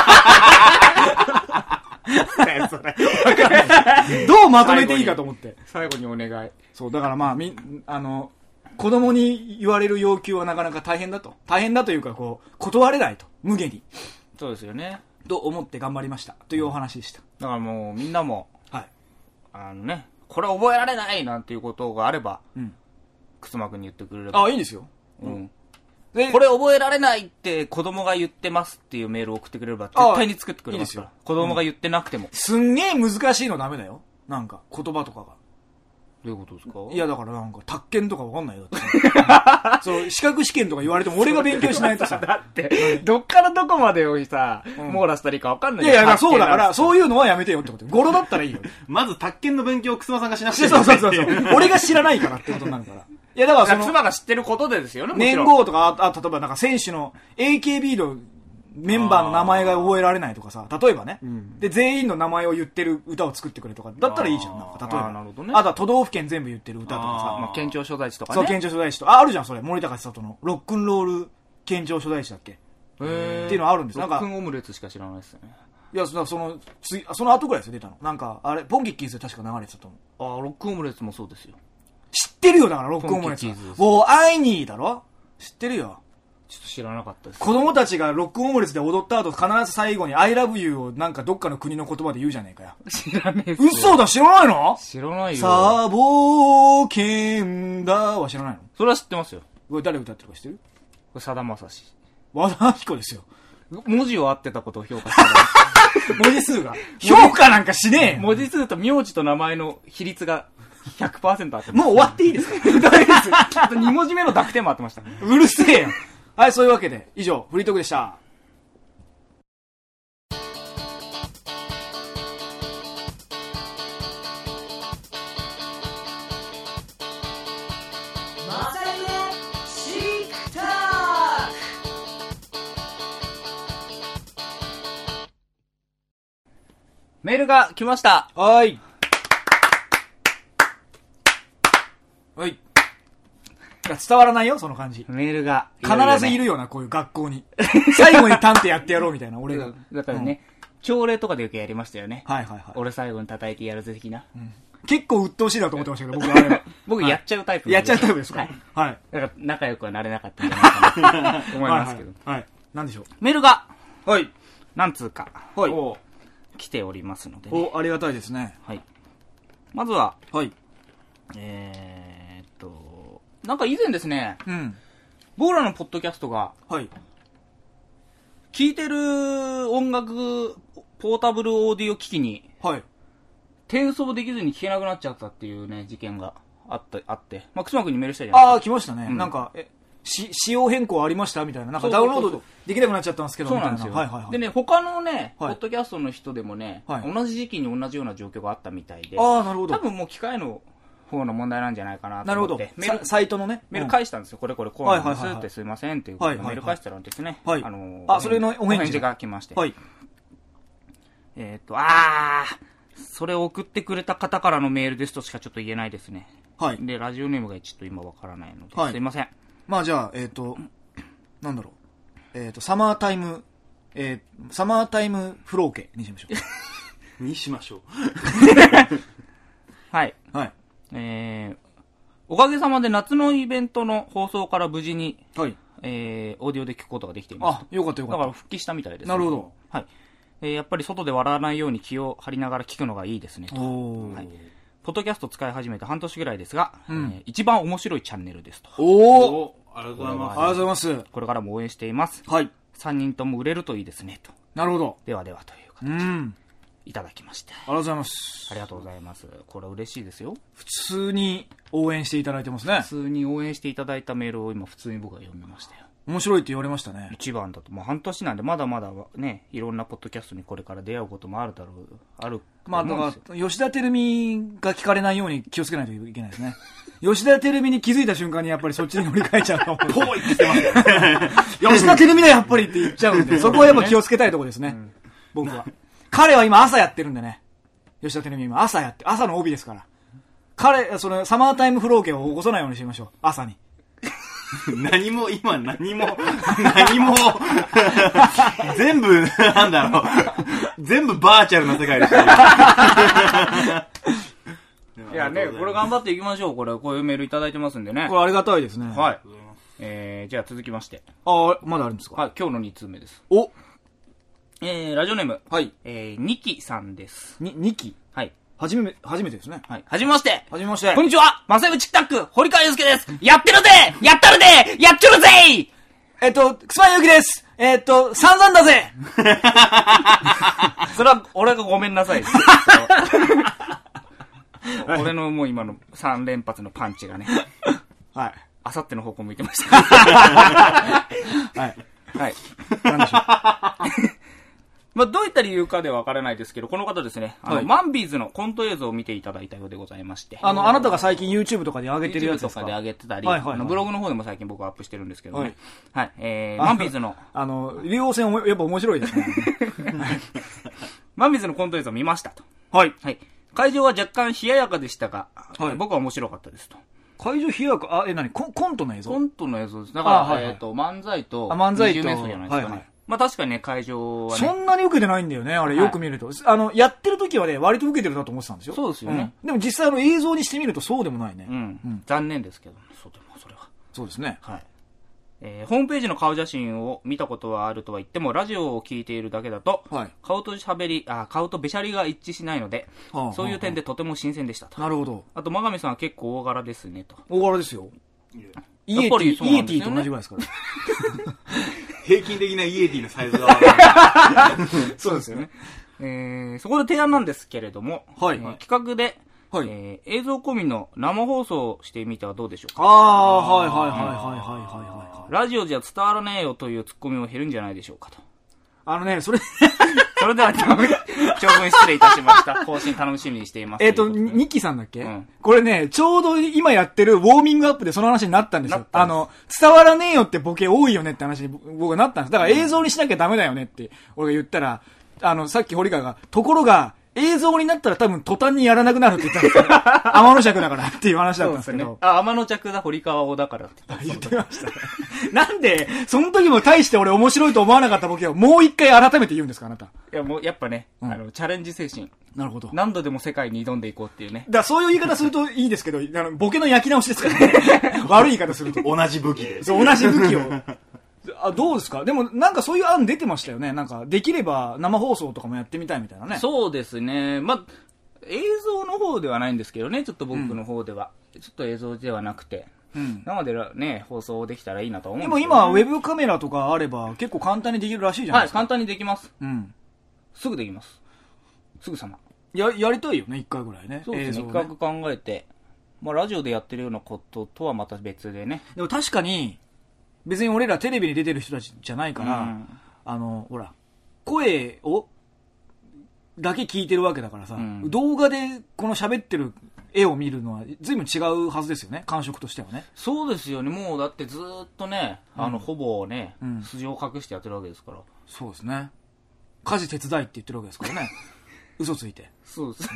どうまとめていいかと思って最後にお願い。 そうだからまあみあの子供に言われる要求はなかなか大変だと大変だというかこう断れないと無限にそうですよねと思って頑張りましたというお話でした。 だからもうみんなも、 はい、 あのねこれ覚えられないなんていうことがあれば、 うん、 くつまくんに言ってくれれば。 あいいですよ、 うん、でこれ覚えられないって子供が言ってますっていうメールを送ってくれれば絶対に作ってくれますから。いいですよ、子供が言ってなくても、うん、 すんげえ難しいのダメだよ。なんか言葉とかがどういうことですか。 いやだからなんか宅建とかわかんないよってそう資格試験とか言われても俺が勉強しないとさだってどっからどこまでをさ、うん、網羅したらいいかわかんない。 いやいやそうだからそういうのはやめてよってこと。語呂だったらいいよまず宅建の勉強をくすまさんがしなくてそうそうそうそう俺が知らないからってことになるから。いやだからその妻が知ってることでですよね。 年号とか あ, あ例えばなんか選手の エーケービー のメンバーの名前が覚えられないとかさ、例えばね、うん、で全員の名前を言ってる歌を作ってくれとかだったらいいじゃん。なんか例えば あ, なるほど、ね、あとは都道府県全部言ってる歌とかさ、 あ、まあ、県庁所在地とかね。 そう県庁所在地と あ, あるじゃん。それ森高千里のロックンロール県庁所在地だっけっていうのあるんです。 ロックンオムレツしか知らないですよね。 いや、その、つその後ぐらいですよ、出たの。なんか、あれ、ポンキッキーズで確か流れてたと思う。 ああ、ロックオムレツもそうですよ。 知ってるよ、だから、ロックオムレツ。もう、アイニーだろ知ってるよ。 ちょっと知らなかったです。 子供たちがロックオムレツで踊った後、必ず最後に I love you をなんかどっかの国の言葉で言うじゃねえかよ。 知らねえっす。 嘘だ、知らないの？ 知らないよ。 サボケンダは知らないの？ それは知ってますよ。 これ誰歌ってるか知ってる？ これさだまさし。 和田アキ子ですよ。 文字を合ってたことを評価した文字数が。評価なんかしねえよ。 文字数と名字と名前の比率が ひゃくパーセント 合ってます。 もう終わっていいですか？ 大丈夫です。あとに文字目の濁点も合ってました。 うるせえよ。はい、そういうわけで、以上、フリートークでした。 メールが来ました。 はーい。はい。伝わらないよ、その感じ。 メールが。 必ずいるよな、こういう学校に。最後に探偵やってやろうみたいな、俺が。 だからね、うん、朝礼とかでよくやりましたよね。 はいはいはい。 俺最後に叩いてやるぜ的な。 うん、結構鬱陶しいなと思ってましたけど、僕はあれは。 僕やっちゃうタイプ、 はい、やっちゃうタイプですか？はい。はい。 だから仲良くはなれなかったんじゃないかなと思いますけど。 はい、はい。なんでしょう。 メールが。 はい。 なんつうか。 はい。 来ておりますので、 ね。お、ありがたいですね。 はい。まずは、 はい。 えーっと、なんか以前ですね、 うん。 僕らのポッドキャストが、 はい。 聴いてる音楽、ポータブルオーディオ機器に、 はい。 転送できずに聴けなくなっちゃったっていうね、事件があった、あって、まあ、くすまくんにメールしたじゃないですか。 ああ、来ましたね。うん、なんか、え、し、仕様変更ありましたみたいな。なんかダウンロードできなくなっちゃったんですけど、 そうなんですよ。 はいはいはい。 でね、他のね、はい、ポッドキャストの人でもね、 はい、 同じ時期に同じような状況があったみたいで、 ああ、なるほど。 多分もう機械の方の問題なんじゃないかなと思って。 なるほど。サイトのね。 メール返したんですよ。これこれこうなんですってすいませんっていうことでメール返したらですね、 はい、 あのー、あ、それのお返事が来まして。 はい。 えっと、あー、それを送ってくれた方からのメールですとしかちょっと言えないですね。 はい。 で、ラジオネームがちょっと今わからないので、 はい、 すいません。 まあじゃあ、えっと、なんだろう。えっ、ー、と、サマータイム、えー、サマータイムフローケにしましょう。にしましょう。 はい。 はい。 えー、おかげさまで夏のイベントの放送から無事に、 はい。 えー、オーディオで聞くことができています。 あ、よかったよかった。 だから復帰したみたいです、ね。 なるほど。 はい。えー、やっぱり外で笑わないように気を張りながら聞くのがいいですね。と。 おー。 はい。ポッドキャスト使い始めて半年ぐらいですが、 うん、 えー、一番面白いチャンネルですと。 おー。 ありがとうございます。 ありがとうございます。 これからも応援しています。 はい。 さんにんとも売れるといいですね、と。 なるほど。 ではではという形で、うん、いただきました。 ありがとうございます。 ありがとうございます。これは嬉しいですよ。 普通に応援していただいてますね。 普通に応援していただいたメールを今普通に僕は読みましたよ。 面白いって言われましたね。 一番だと。もう半年なんでまだまだね、いろんなポッドキャストにこれから出会うこともあるだろう、ある。 まあだから、吉田照美が聞かれないように気をつけないといけないですね。吉田照美に気づいた瞬間にやっぱりそっちに乗り換えちゃうかも。 ぽいって言ってますよ。吉田照美だやっぱりって言っちゃうんで、そこはやっぱ気をつけたいところですね。うん、僕は。彼は今朝やってるんでね。吉田照美今朝やって、朝の帯ですから。彼、そのサマータイムフローケを起こさないようにしましょう。朝に。 何も、今何も、何も、全部、なんだろう。全部バーチャルな世界ですよ。 いやね、これ頑張っていきましょう。これ、こういうメールいただいてますんでね。 これありがたいですね。 はい。えー、じゃあ続きまして。 ああ、まだあるんですか？ はい、今日のに通目です。 おえー、ラジオネーム。 はい。 えー、ニキさんです。 に、ニキはい。 はじめ、初めてですね。 はい。はじめまして。 はじめまして。 こんにちは。マサイブチックタック、堀川祐介です。やってるぜやったるでやっちょるぜえっと、くすまゆきです。えっと、散々だぜそれは、俺がごめんなさい。俺のもう今のさん連発のパンチがね。 はい。 あさっての方向向いてました。 はい。 はい。 なんでしょう。 まあ、どういった理由かでは分からないですけど、この方ですね、あの、はい、マンビーズのコント映像を見ていただいたようでございまして。 あの、あなたが最近 YouTube とかで上げてるやつですか？ YouTube とかで上げてたり、 はいはいはい、 あのブログの方でも最近僕はアップしてるんですけどね。はい。はい、えー、 ママンビーズの。 あの、竜王戦やっぱ面白いですね。 マンビーズのコント映像を見ましたと。 はい。 はい。会場は若干冷ややかでしたが、 はい、 僕は面白かったですと。 会場冷ややか、あ、え、何コン、コントの映像？ コントの映像です。だから、 はいはい、 えっ、ー、と、漫才と、 漫才と、 二重瞑想じゃないですかね。はいはい、 まあ確かにね、会場はね。 そんなに受けてないんだよね、あれ、よく見ると。はい、あの、やってる時はね、割と受けてるなと思ってたんですよ。 そうですよね。 うん、でも実際あの映像にしてみるとそうでもないね。 うん。うん、残念ですけど、そうでも、それは。 そうですね。 はい。えー、ホームページの顔写真を見たことはあるとは言っても、ラジオを聞いているだけだと、はい、顔と喋り、あ、顔とべしゃりが一致しないので、はあ、そういう点でとても新鮮でしたと。 なるほど。 あと、真上さんは結構大柄ですねと。 大柄ですよ。イエティ、イエティと同じぐらいですから。 平均的なイエティのサイズが。 そうですよね。えー、そこで提案なんですけれども、はいえー、企画で、はいえー、映像込みの生放送をしてみてはどうでしょうか。 ああ、はいはいはいはいはいはいはい。 ラジオじゃ伝わらねえよというツッコミも減るんじゃないでしょうかと。 あのね、それそれでは、長文失礼いたしました。更新楽しみにしています。 えっと、ニッキーさんだっけ、うん、これね、ちょうど今やってるウォーミングアップでその話になったんですよ。あの、伝わらねえよってボケ多いよねって話に僕がなったんです。だから映像にしなきゃダメだよねって俺が言ったら、あの、さっき堀川が、ところが、映像になったら多分途端にやらなくなるって言ったんですよ。天の尺だからっていう話だったんですけど。ね、 あ、天の尺だ、堀川をだからって言ってました。なんで、その時も大して俺面白いと思わなかったボケをもう一回改めて言うんですか、あなた。いや、もうやっぱね、うん、あの、チャレンジ精神。 なるほど。 何度でも世界に挑んでいこうっていうね。 だからそういう言い方するといいですけど、あのボケの焼き直しですからね。悪い言い方すると。 同じ武器で。 そう、同じ武器を。あ、どうですか？でもなんかそういう案出てましたよね。なんかできれば生放送とかもやってみたいみたいなね。 そうですね。まあ、映像の方ではないんですけどね、ちょっと僕の方では。うん、ちょっと映像ではなくて。うん、生でね、放送できたらいいなと思うんですけど、ね。でも今、ウェブカメラとかあれば結構簡単にできるらしいじゃないですか。 はい、簡単にできます。うん。すぐできます。すぐさま。 や、やりたいよね、一回ぐらいね。 そうですね、一回考えて。まあ、ラジオでやってるようなこととはまた別でね。 でも確かに、別に俺らテレビに出てる人たちじゃないから、うん、あの、ほら、声を、だけ聞いてるわけだからさ、うん、動画でこの喋ってる絵を見るのは随分違うはずですよね、感触としてはね。 そうですよね、もうだってずっとね、うん、あの、ほぼね、うん、素性を隠してやってるわけですから。 そうですね。家事手伝いって言ってるわけですからね。嘘ついて。 そうです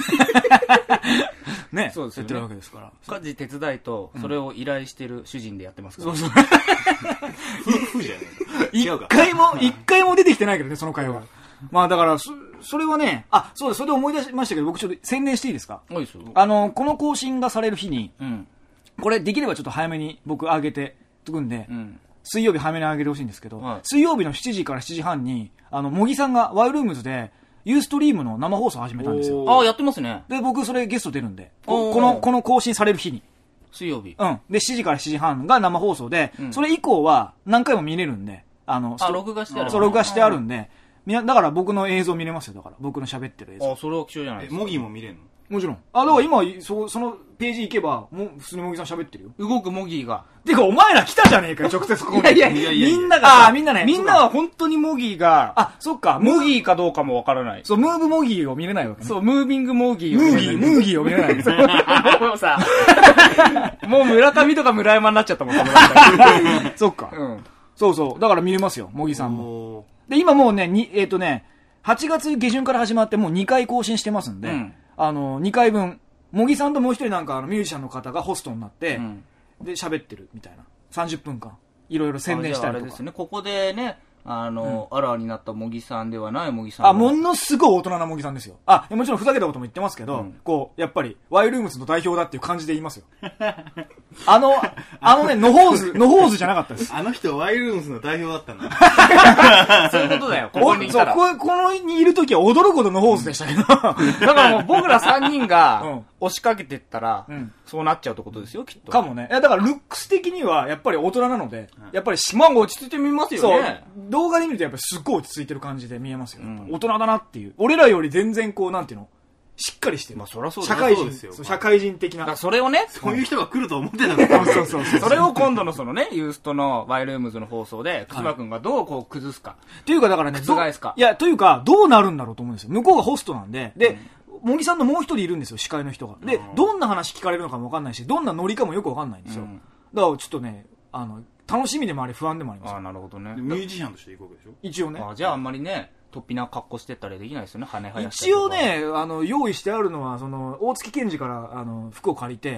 ね。ね。そうですよね。やってるわけですから。 家事手伝いと、それを依頼してる主人でやってますから。 そうそう。 夫婦じゃねえ一回も、一回も出てきてないけどね、その会話。まあだから、そ、それはね、あ、そうです、それで思い出しましたけど、僕ちょっと宣伝していいですか？ いいですよ。 あの、この更新がされる日に、うん、これできればちょっと早めに僕上げてとくんで、うん、水曜日早めに上げてほしいんですけど、はい、水曜日のしちじからしちじはんに、あの、茂木さんがワイルームズで、ユーストリームの生放送を始めたんですよ。 ああ、やってますね。 で、僕それゲスト出るんで、こ, この、この更新される日に。 水曜日。 うん。で、しちじからしちじはんが生放送で、うん、それ以降は何回も見れるんで、あの、 あ、録画してある。 そう、録画してあるんで、みな、だから僕の映像見れますよ、だから。僕の喋ってる映像。 あ、それは貴重じゃないですか。 モギも見れるの？ もちろん。あ、だから今、そ、そのページ行けば、もう、普通にモギさん喋ってるよ。 動くモギーが。 てか、お前ら来たじゃねえかよ、直接ここに。 いやいやいやみんなが、あ、みんなね。みんなは本当にモギーが、 あ、そっか、 モギーかどうかもわからない。 そう、ムーブモギーを見れないわけね。 そう、ムービングモギーを見れない。ムーギー、ムーギーを見れないんですよ。 もうさ、もう村上とか村山になっちゃったもん、 そっか。うん。そうそう。だから見れますよ、モギさんも。で、今もうね、に、えっとね、はちがつ下旬から始まってもうにかい更新してますんで、うん、あの、にかいぶん、茂木さんともう一人なんかあのミュージシャンの方がホストになって、うん、で、喋ってるみたいな。さんじゅっぷんかん。いろいろ宣伝したりとか。あれですね、 ここでね、あの、うん、あらわになった茂木さんではない茂木さん。 あ、ものすごい大人な茂木さんですよ。あ、もちろんふざけたことも言ってますけど、うん、こう、やっぱり、ワイルームズの代表だっていう感じで言いますよ。あの、あのね、ノホーズ、ノホーズじゃなかったです。 あの人ワイルームズの代表だったんだ。 そういうことだよ、ここにいたら。 そう、このにいるときは驚くほどノホーズでしたけど。だからもう僕らさんにんが押しかけてったら、うん、そうなっちゃうってことですよ、きっと。 かもね。いや、だからルックス的にはやっぱり大人なので、うん、やっぱりまあ落ち着いて見ますよね。 そう。動画で見るとやっぱりすっごい落ち着いてる感じで見えますよ。うん、大人だなっていう。俺らより全然こう、なんていうのしっかりしてる。 まあそりゃそう社会人ですよ。社会人的な。 だからそれをね、 そういう人が来ると思ってたんだそうそうそうそう。 それを今度のそのね、ユーストのワイルームズの放送で、くすばくんがどうこう崩すか。 っていうかだからね、 覆すか。 いや、というか、どうなるんだろうと思うんですよ。向こうがホストなんで、で、茂木さんのもう一人いるんですよ、司会の人が。で、どんな話聞かれるのかもわかんないし、どんなノリかもよくわかんないんですよ。うん、だからちょっとね、あの、楽しみでもあり不安でもあります。 ああ、なるほどね。 ミュージシャンとして行くわけでしょ一応ね。 あじゃああんまりね、突飛な格好してったりできないですよね、羽生やしたりとか。一応ね、あの、用意してあるのは、その、大月健二から、あの、服を借りて、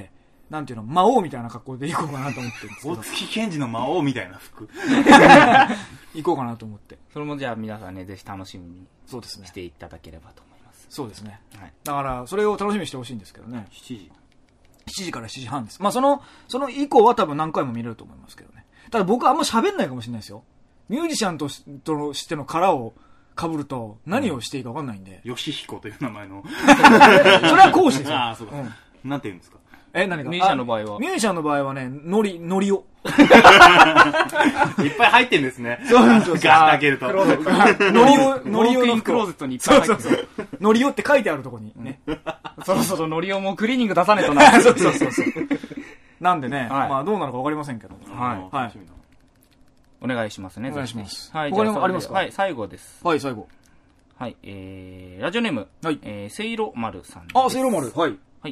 なんていうの、魔王みたいな格好で行こうかなと思ってるんですけど。 大月健二の魔王みたいな服。 行こうかなと思って。 それもじゃあ皆さんね、ぜひ楽しみにそうですね。 していただければと思います。 そうですね。 はい。 だから、それを楽しみにしてほしいんですけどね。 しちじ。 しちじからしちじはんです。まあ、その、その以降は多分何回も見れると思いますけどね。ただ僕はあんま喋んないかもしれないですよ。ミュージシャンとしとしての殻を被ると何をしていいか分かんないんで。 ヨシヒコという名前の。 それは講師ですよ。 ああ、そうか。うん、なんて言うんですか。 え、何かミュージシャンの場合はミュージシャンの場合はね、ノリ、ノリを。 いっぱい入ってんですね。 そうなんですよ。 ガーッと開けると。 ノリを、ノリをのクローゼットにいっぱい入ってる。 そうそうそう。ノリをって書いてあるとこにね。 そろそろノリをもうクリーニング出さねえとな。 そうそうそうそう。なんでね、 はいまあどうなるか分かりませんけど。 はい。 はい。 お願いしますね。 お願いします。 はい。 他にもありますか？ はい、最後です。 はい、最後。 はい、えー、ラジオネーム。はい。えー、せいろまるさんです。 あ、せいろまる。はい。 はい。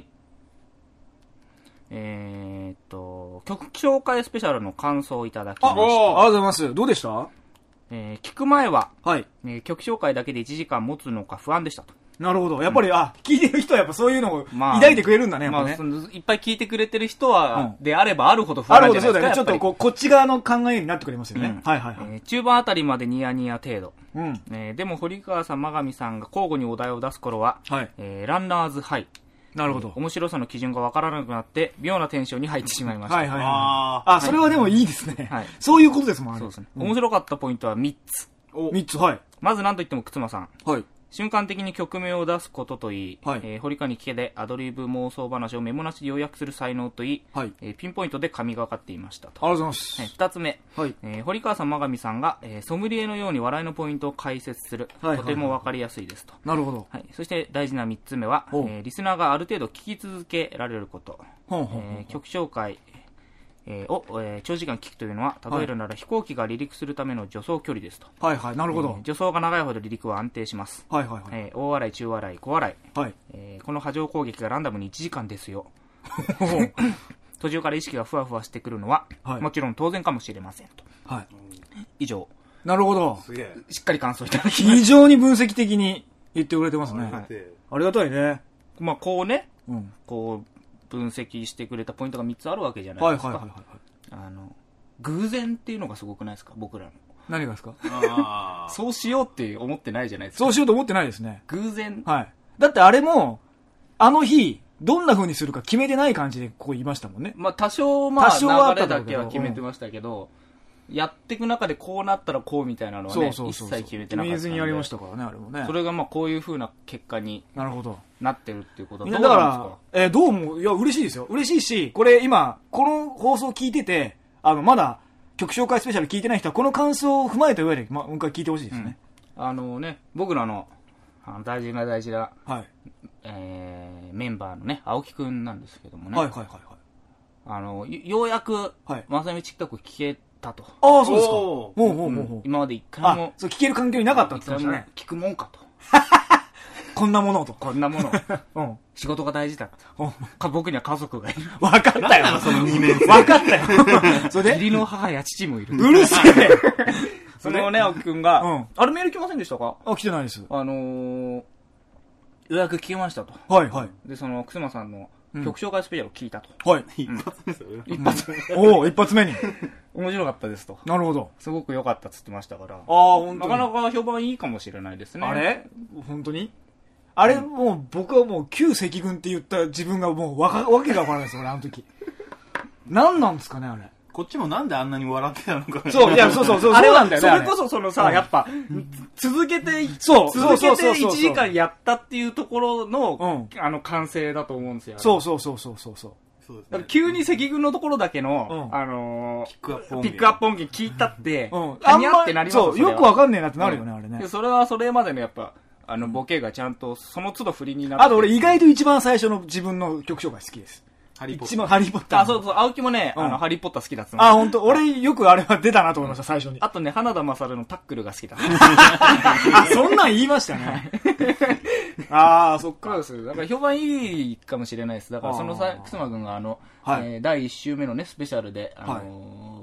えーっと、曲紹介スペシャルの感想をいただきました。あ、ありがとうございます。どうでした？ えー、聞く前は、 はい。 えー、曲紹介だけでいちじかん持つのか不安でしたと。 なるほど。やっぱり、うん、あ、聞いてる人はやっぱそういうのを抱いてくれるんだね、 まあ、 やっぱね。 まあ、いっぱい聞いてくれてる人は、うん、であればあるほど不安なんじゃないですか。あるほど、そうだよね。 ちょっとこう、こっち側の考えになってくれますよね。うん、はいはいはい。 えー、中盤あたりまでニヤニヤ程度。 うん。 えー、でも、堀川さん、真上さんが交互にお題を出す頃は、はい。えー、ランナーズハイ。 なるほど。 面白さの基準がわからなくなって、妙なテンションに入ってしまいました。 はいはいはい。ああ、それはでもいいですね。はい。そういうことですもん、 そうですね。面白かったポイントはみっつ。 みっつ、はい。 まず何と言っても、くつまさん。 はい。 瞬間的に曲名を出すことといい、はい、えー、堀川に聞けでアドリブ妄想話をメモなしで要約する才能といい、はい、えー、ピンポイントで神がかっていましたと。 ありがとうございます。 はい、二つ目、はい、えー、堀川さん、真上さんが、えー、ソムリエのように笑いのポイントを解説する、はい、とてもわかりやすいですと。 なるほど。 はい、そして大事な三つ目は、えー、リスナーがある程度聞き続けられること。ほうほうほう、えー、曲紹介、えー、を、えー、長時間聞くというのは、例えるなら飛行機が離陸するための助走距離ですと。 はいはい、なるほど。 えー、助走が長いほど離陸は安定します。 はいはいはい。 えー、大笑い、中笑い、小笑い。はい。えー、この波状攻撃がランダムにいちじかんですよ。途中から意識がふわふわしてくるのは、はい、もちろん当然かもしれませんと。はい。以上。 なるほど。 すげえ。しっかり感想いただきました。 非常に分析的に言ってくれてますね。はい、ありがたいね。 まあ、こうね、うん、こう、分析してくれたポイントがみっつあるわけじゃないですか。はいはいはいはい。あの、偶然っていうのがすごくないですか、僕らの。 何がですか？ あそうしようって思ってないじゃないですか。 そうしようと思ってないですね。 偶然。 はい。だってあれも、あの日、どんな風にするか決めてない感じでこう言いましたもんね。 まあ多少まあ流れだけは決めてましたけど、うん、やっていく中でこうなったらこうみたいなのはね、そうそうそうそう、一切決めてなかったんで。決めずにやりましたからね、あれもね。それがまあこういう風な結果になるほどなってるっていうことはどうなんですか？だから、 えー、どうも、いや、嬉しいですよ。嬉しいし、これ今、この放送聞いてて、あの、まだ曲紹介スペシャル聞いてない人は、この感想を踏まえた上で、まあ、もう一回聞いてほしいですね。 うん、あのね、僕らの、あの大事な大事な、はい、えー、メンバーのね、青木くんなんですけどもね。はいはいはい、はい。あの、ようやく、はい、まさみちっかく聞けたと。 ああ、そうですか。ほうほうほうほう。 今まで一回も。 そう、聞ける環境になかったって言ってましたね。 聞くもんかと。 こんなものと。 こんなもの。うん。仕事が大事だと。か僕には家族がいる。 わかったよ。 その二面性。 わかったよ。それで義理の母や父もいる。 うるせえ。 そのね、青木くんが、うん、あれメール来ませんでしたか？ あ、来てないです。 あのー、ようやく聞けましたと。 はいはい。 で、その、くすまさんの曲紹介スペシャルを聞いたと。 はい。 一発目ですよ。一発目。 おお、一発目に。 面白かったですと。 なるほど。 すごく良かったっつってましたから。ああ、 本当に。なかなか評判いいかもしれないですね。 あれ本当にあれ、もう僕はもう旧赤軍って言った自分がもうわか、わけがわからないですよ、俺、あの時。何なんですかね、あれ。 こっちもなんであんなに笑ってたのか。 そう、いや、そうそうそう、 あれなんだよね。 それこそそのさ、やっぱ、続けて、そう、続けていちじかんやったっていうところの、あの、完成だと思うんですよ。 そうそうそうそうそう。 そうですね、急に赤軍のところだけの、うん、あのー、ピックアップ音源聞いたって、うん、あんまってなりますよね。 そう、よくわかんねえなってなるよね、うん、あれね。 それはそれまでのやっぱ、あの、ボケがちゃんと、その都度振りになって。 あと俺意外と一番最初の自分の曲紹介好きです。 ハリーポッター。 一番ハリーポッター。 あ、そうそう、青木もね、うん、あの、ハリーポッター好きだっつあ、本当俺よくあれは出たなと思いました、最初に。 あとね、花田勝のタックルが好きだ。 あ、そんなん言いましたね。ああ、そっか。 そうです。だから評判いいかもしれないです。だからそのさ、くすまくんがあの、はい、えー、だいいち週目のね、スペシャルで、あのー、はい、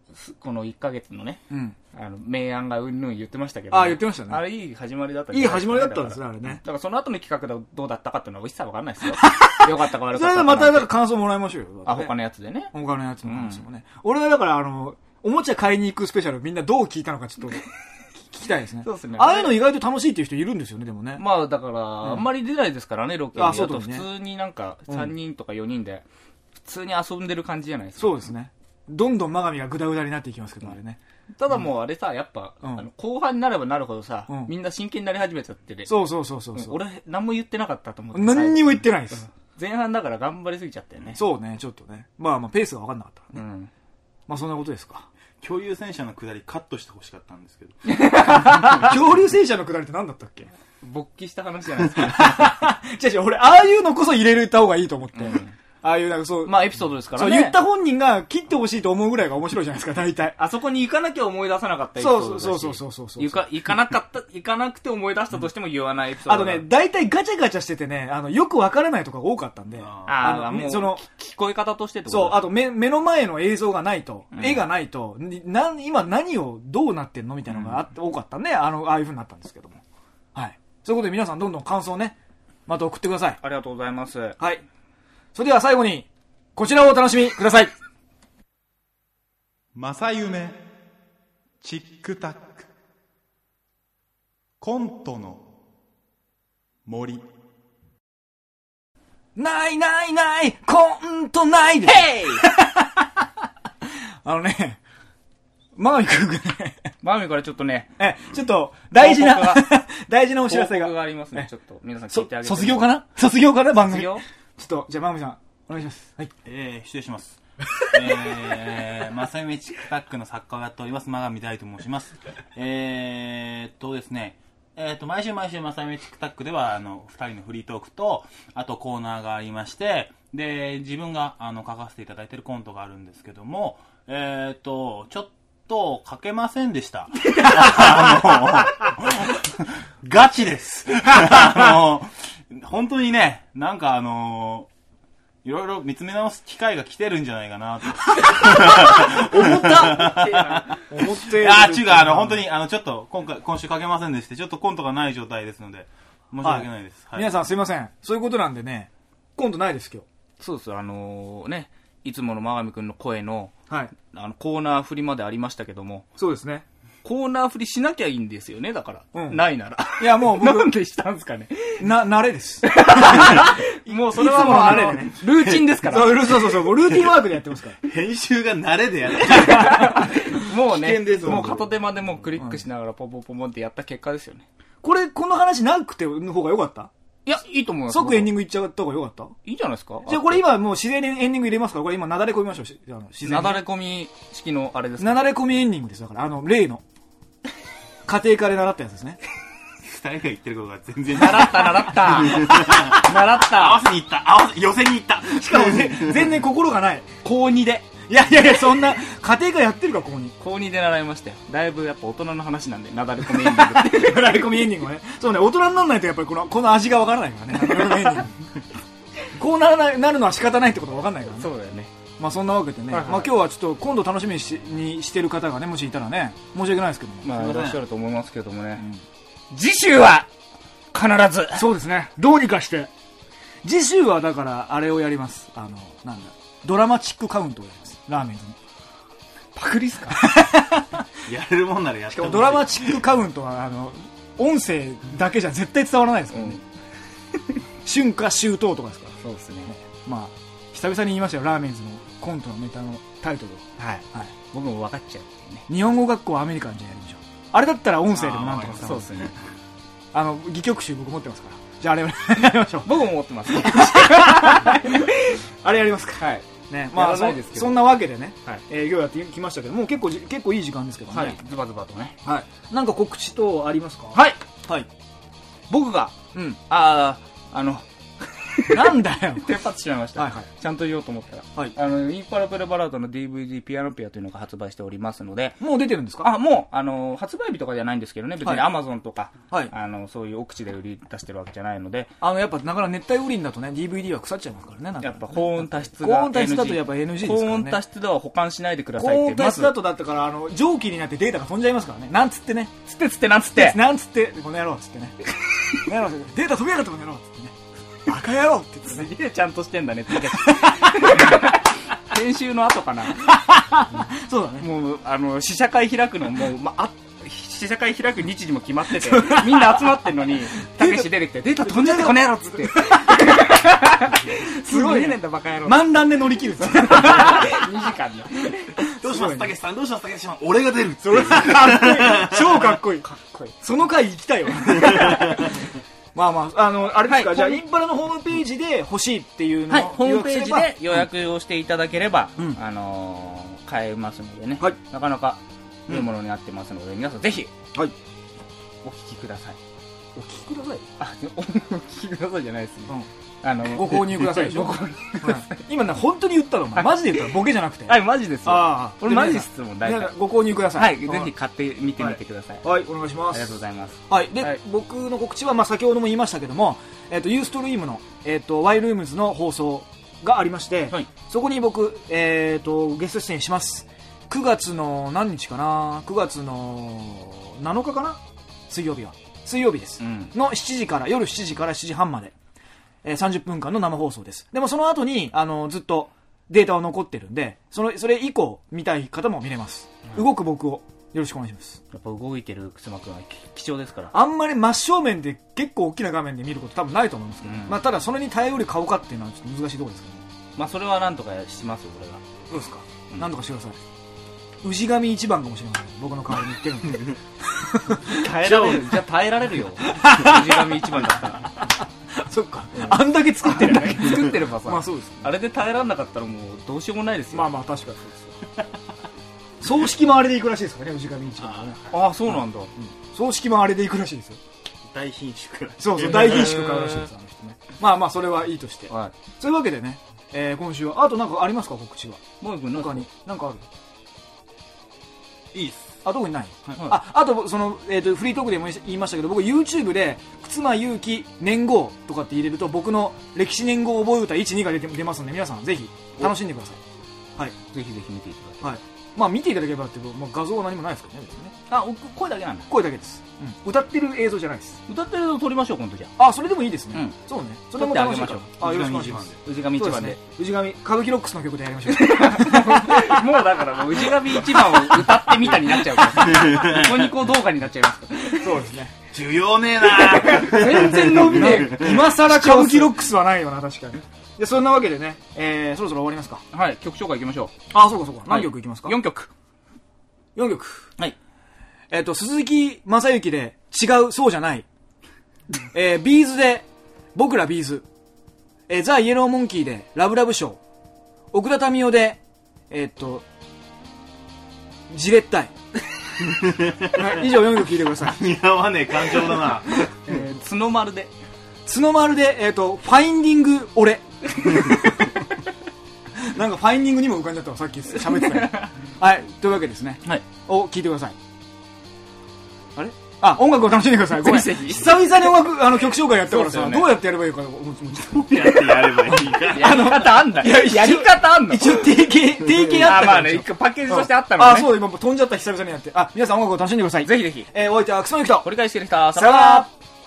このいっかげつのね、 うん、 あの明暗がうんぬん言ってましたけど、 ね、あ言ってましたね。 あれいい始まりだったいい始まりだったんですね、あれね。 だからその後の企画がどうだったかっていうのは一切わかんないですよ。よかったか悪かったか。 それでまたなんか感想もらいましょうよ。 あ、他のやつでね。 他のやつの話もね。うん、俺はだからあの、おもちゃ買いに行くスペシャルみんなどう聞いたのかちょっと聞きたいですね。 そうですね。 ああいうの意外と楽しいっていう人いるんですよね、でもね。 まあだから、うん、あんまり出ないですからね、ロケに。あ、 そうですね。普通になんかさんにんとかよにんで、普通に遊んでる感じじゃないですか。 そうですね。どんどん真神がグダグダになっていきますけど、あれね。 ただもうあれさ、やっぱ、うん、あの後半になればなるほどさ、うん、みんな真剣になり始めちゃってて。 そうそうそうそう、うん。 俺、何も言ってなかったと思って。 何にも言ってないです。 前半だから頑張りすぎちゃったよね。 そうね、ちょっとね。まあまあ、ペースが分かんなかったからね。うん、まあそんなことですか。 恐竜戦車の下りカットしてほしかったんですけど。 恐竜戦車の下りって何だったっけ？ 勃起した話じゃないですか。 違う違う、俺、ああいうのこそ入れた方がいいと思って。うんああいうなんかそう。 まあエピソードですからね。 そう言った本人が切ってほしいと思うぐらいが面白いじゃないですか、大体。 あそこに行かなきゃ思い出さなかったエピソードだし。 そうそうそうそうそう。 行か、行かなかった、行かなくて思い出したとしても言わないエピソード。 あとね、大体ガチャガチャしててね、あの、よくわからないとかが多かったんで。 ああ、あの、その、聞こえ方としてってことそう、あと目、目の前の映像がないと、うん、絵がないと、な、今何をどうなってんのみたいなのがあって、うん、多かったんで、あの、ああいう風になったんですけども。はい。そういうことで皆さんどんどん感想ね、また送ってください。 ありがとうございます。 はい。それでは最後に、こちらをお楽しみください。 正夢チックタックコントの森。 ないないないコントないでヘイあのね、マガミくんがね、 マガミからちょっとね、 え、ちょっと大事な大事なお知らせが、 報告がありますね。ちょっと皆さん聞いてあげて。 卒業かな？卒業かな番組。 卒業？ ちょっとじゃあマガミさん。お願いします。はい。 えー、失礼します。えー、正夢チックタックの作家をやっております、真上大と申します。えーっとですね、えーっと、毎週毎週正夢チックタックでは、あの、二人のフリートークと、あとコーナーがありまして、で、自分が、あの、書かせていただいているコントがあるんですけども、えーっと、ちょっと、書けませんでした。あの、ガチです。あの、本当にね、なんかあの、いろいろ見つめ直す機会が来てるんじゃないかなと。 思った思ってあー、違う、あの、本当に、あの、ちょっと、今回、今週書けませんでして、ちょっとコントがない状態ですので、申し訳ないです。 はいはい、皆さんすいません。そういうことなんでね、コントないです、今日。 そうです、あのー、ね、いつもの真上くんの声の、 はい。 あの、コーナー振りまでありましたけども。 そうですね。 コーナー振りしなきゃいいんですよね、だから。うん、ないなら。 いや、もう、 なんでしたんですかね。 な、慣れです。 もうそれはもう慣れでね。ルーチンですから。 そう、そうそうそう、ルーティンワークでやってますから。 編集が慣れでやってる。 もうね、もう片手間でもうクリックしながらポポポポンってやった結果ですよね。 これ、この話なくての方が良かった？ いや、いいと思います。 即エンディングいっちゃった方が良かった？ いいじゃないですか。 じゃあこれ今もう自然にエンディング入れますから、これ今なだれ込みましょう。あの自然なだれ込み式のあれですか。 なだれ込みエンディングです。だから、あの、例の。家庭科で習ったやつですね。 二人が言ってることが全然習った習った習った合わせに行った合わせ寄せに行ったしかも、ね、全然心がない高にでいやいやいやそんな家庭科やってるかここに高にで習いましたよ。だいぶやっぱ大人の話なんでなだれ込みエンディングなだれ込みエンディングはねそうね大人にならないとやっぱりこのこの味がわからないからねなだれ込みエンディングこうならないなるのは仕方ないってことがわかんないからね。 そうだよね。 まあそんなわけでね、はいはい、まあ今日はちょっと今度楽しみに し, にしてる方がねもしいたらね申し訳ないですけどもまあいらっしゃると思いますけどもね、うん、次週は必ずそうですねどうにかして次週はだからあれをやりますあのなんだドラマチックカウントをやりますラーメンズのパクリっすかやれるもんならやってしかもドラマチックカウントはあの音声だけじゃ絶対伝わらないですからね、うん、春夏秋冬とかですからそうですねまあ久々に言いましたよラーメンズのコントのネタのタイトルをはい、はい、僕も分かっちゃうっていうね日本語学校アメリカンじゃやりましょうあれだったら音声でもなんとかそうですねあの戯曲集僕持ってますからじゃああれをやりましょう僕も持ってますあれやりますかはいねまあ そ, そんなわけでね、はいえー、今日やってきましたけどもう結構結構いい時間ですけどね、 はい、ズバズバとねはいなんか告知等ありますかはいはい僕がうんあああのなんだよ。 テンパってしまいました。 はいはい。 ちゃんと言おうと思ったら。 はい。 あの、インパラペラバラードの ディーブイディー ピアノピアというのが発売しておりますので。 もう出てるんですか？ あ、もう、あの、発売日とかじゃないんですけどね、別に Amazon とか、 はい、 あの、そういう奥地で売り出してるわけじゃないので。 あの、やっぱ、なかなか熱帯雨林だとね、ディーブイディー は腐っちゃいますからね、なんかね。 やっぱ高温多湿が。 高温多湿だとやっぱ エヌジー ですからね。 高温多湿では保管しないでくださいって。 高温多湿だとだったから、あの、蒸気になってデータが飛んじゃいますからね。なんつってね。 つってつってなんつって。 なんつって、この野郎つってね。この野郎データ飛びやがったこの野郎つってね。バカ野郎って言ってね。 すげえちゃんとしてんだねって。編集の後かな。 そうだね。 もう、あの、試写会開くのもう、ま、あ、試写会開く日時も決まってて、みんな集まってんのに、たけし出てきて、データ飛んじゃってこの野郎っつって。 すごいねんだバカ野郎。 漫談で乗り切る。にじかんで。 どうしますたけしさん、どうしますたけしさん、俺が出る。 それかっこいい。超かっこいい。かっこいい。その回行きたいわ。まあまあ、あの、あれですか、はい、じゃあ、インパラのホームページで欲しいっていうのを、 はい、ホームページで予約をしていただければ、 うん、 あのー、買えますのでね、 はい、 なかなかいいものになってますので、うん、皆さんぜひ、 はい、 お聞きください。 お聞きくださいあ、お聞きくださいじゃないですね。うんあのご購入くださいでしょ。ご購入ください。今ね本当に言ったの、マジで言ったの、ボケじゃなくて。 はい、マジですよ。 ああ、 俺マジですもん。大体ご購入ください。 はい、ぜひ買ってみてみてください。 はい、お願いします。 ありがとうございます。 はい、で僕の告知はまあ先ほども言いましたけども、えっとユーストリームのえっとワイルームズの放送がありまして、そこに僕えっとゲスト出演します。くがつの何日かな、くがつのなのかかな、水曜日は水曜日です、うん、のしちじから夜しちじからしちじはんまで、えー、さんじゅっぷんかんの生放送です。でもその後にあのずっとデータは残ってるんで、そのそれ以降見たい方も見れます、うん、動く僕をよろしくお願いします。 やっぱ動いてるくすまくんは貴重ですから。 あんまり真正面で結構大きな画面で見ること多分ないと思いますけど、うん、まあ、ただそれに耐えうる顔かっていうのはちょっと難しいところですけど、ね、 まあそれはなんとかしますよ俺が。 どうですか、うん、なんとかしてください。氏神一番かもしれません、僕の代わりに言ってるんで耐えられるじゃあ耐えられるよ氏神一番だったらそっか、うん、あんだけ作ってるね作ってればさ、 まあそうですね、 あれで耐えられなかったらもうどうしようもないですよ。 まあまあ確かにそうですよ葬式もあれでいくらしいですからね、氏神一番はね。 ああ、そうなんだ、うん、 葬式もあれでいくらしいですよ。 大品種そうそう、大品種買うらしいです、あの人ね。まあまあそれはいいとして、 はい、 そういうわけでね、えー、今週はあとなんかありますか、告知は。 もう一個他になんかある？ いいっす。 あ、特にない、はい、あ, あとその、えー、とフリートークでも言いましたけど、僕 YouTube で忽那勇気年号とかって入れると僕の歴史年号覚え歌いち、にが出て出ますので、皆さんぜひ楽しんでください。はい、 ぜひぜひ見ていただいて、はい、 まあ見ていただければっていうと、まあ、画像は何もないですからね、別にね。 あ、声だけなんだ。 声だけです、うん、歌ってる映像じゃないです。 歌ってる映像撮りましょう今度。じゃああ、それでもいいですね、うん、そうね、それも楽しいから。 あ、よろしくお願いします。氏神一番で、 氏神歌舞伎ロックスの曲でやりましょうもうだからもう氏神一番を歌ってみたになっちゃうからニコニコ動画になっちゃいますからそうですね、 需要ねえな全然伸びねえ今更歌舞伎ロックスはないよな、確かに。でそんなわけでね、えー、そろそろ終わりますか。 はい、曲紹介いきましょう。 あ、そうかそうか、何曲いきますか。 よんきょく。 よんきょく。 はい。 えっ、ー、と、鈴木正幸で違う、そうじゃない。えー、ビーズで僕らビーズ。えー、ザ・イエローモンキーでラブラブショー。奥田民生で、えっ、ー、と、じれったい。はい、以上よんきょく聴いてください。 似合わねえ感情だな。 えー、角丸で。 角丸で、えっ、ー、と、ファインディング俺。なんかファインディングにも浮かんじゃったわ、さっき喋ってたよ。はい、というわけですね。 はい。 を聴いてください。あれ？あ、音楽を楽しんでください。ごめん。 ぜひぜひ久々に音楽、あの曲紹介やったからさ、ね、どうやってやればいいか思って。 どうやってやればいいか。 やり方あんだ。やり方あんの？ 一応定型、定型あった。 あ、まあね、一個パッケージとしてあったのね。 あ、そう、今飛んじゃった、久々にやって。あ、皆さん音楽を楽しんでください。 ぜひぜひ。 えー、お相手はくすのゆきと。 掘り返してる人、 さよなら。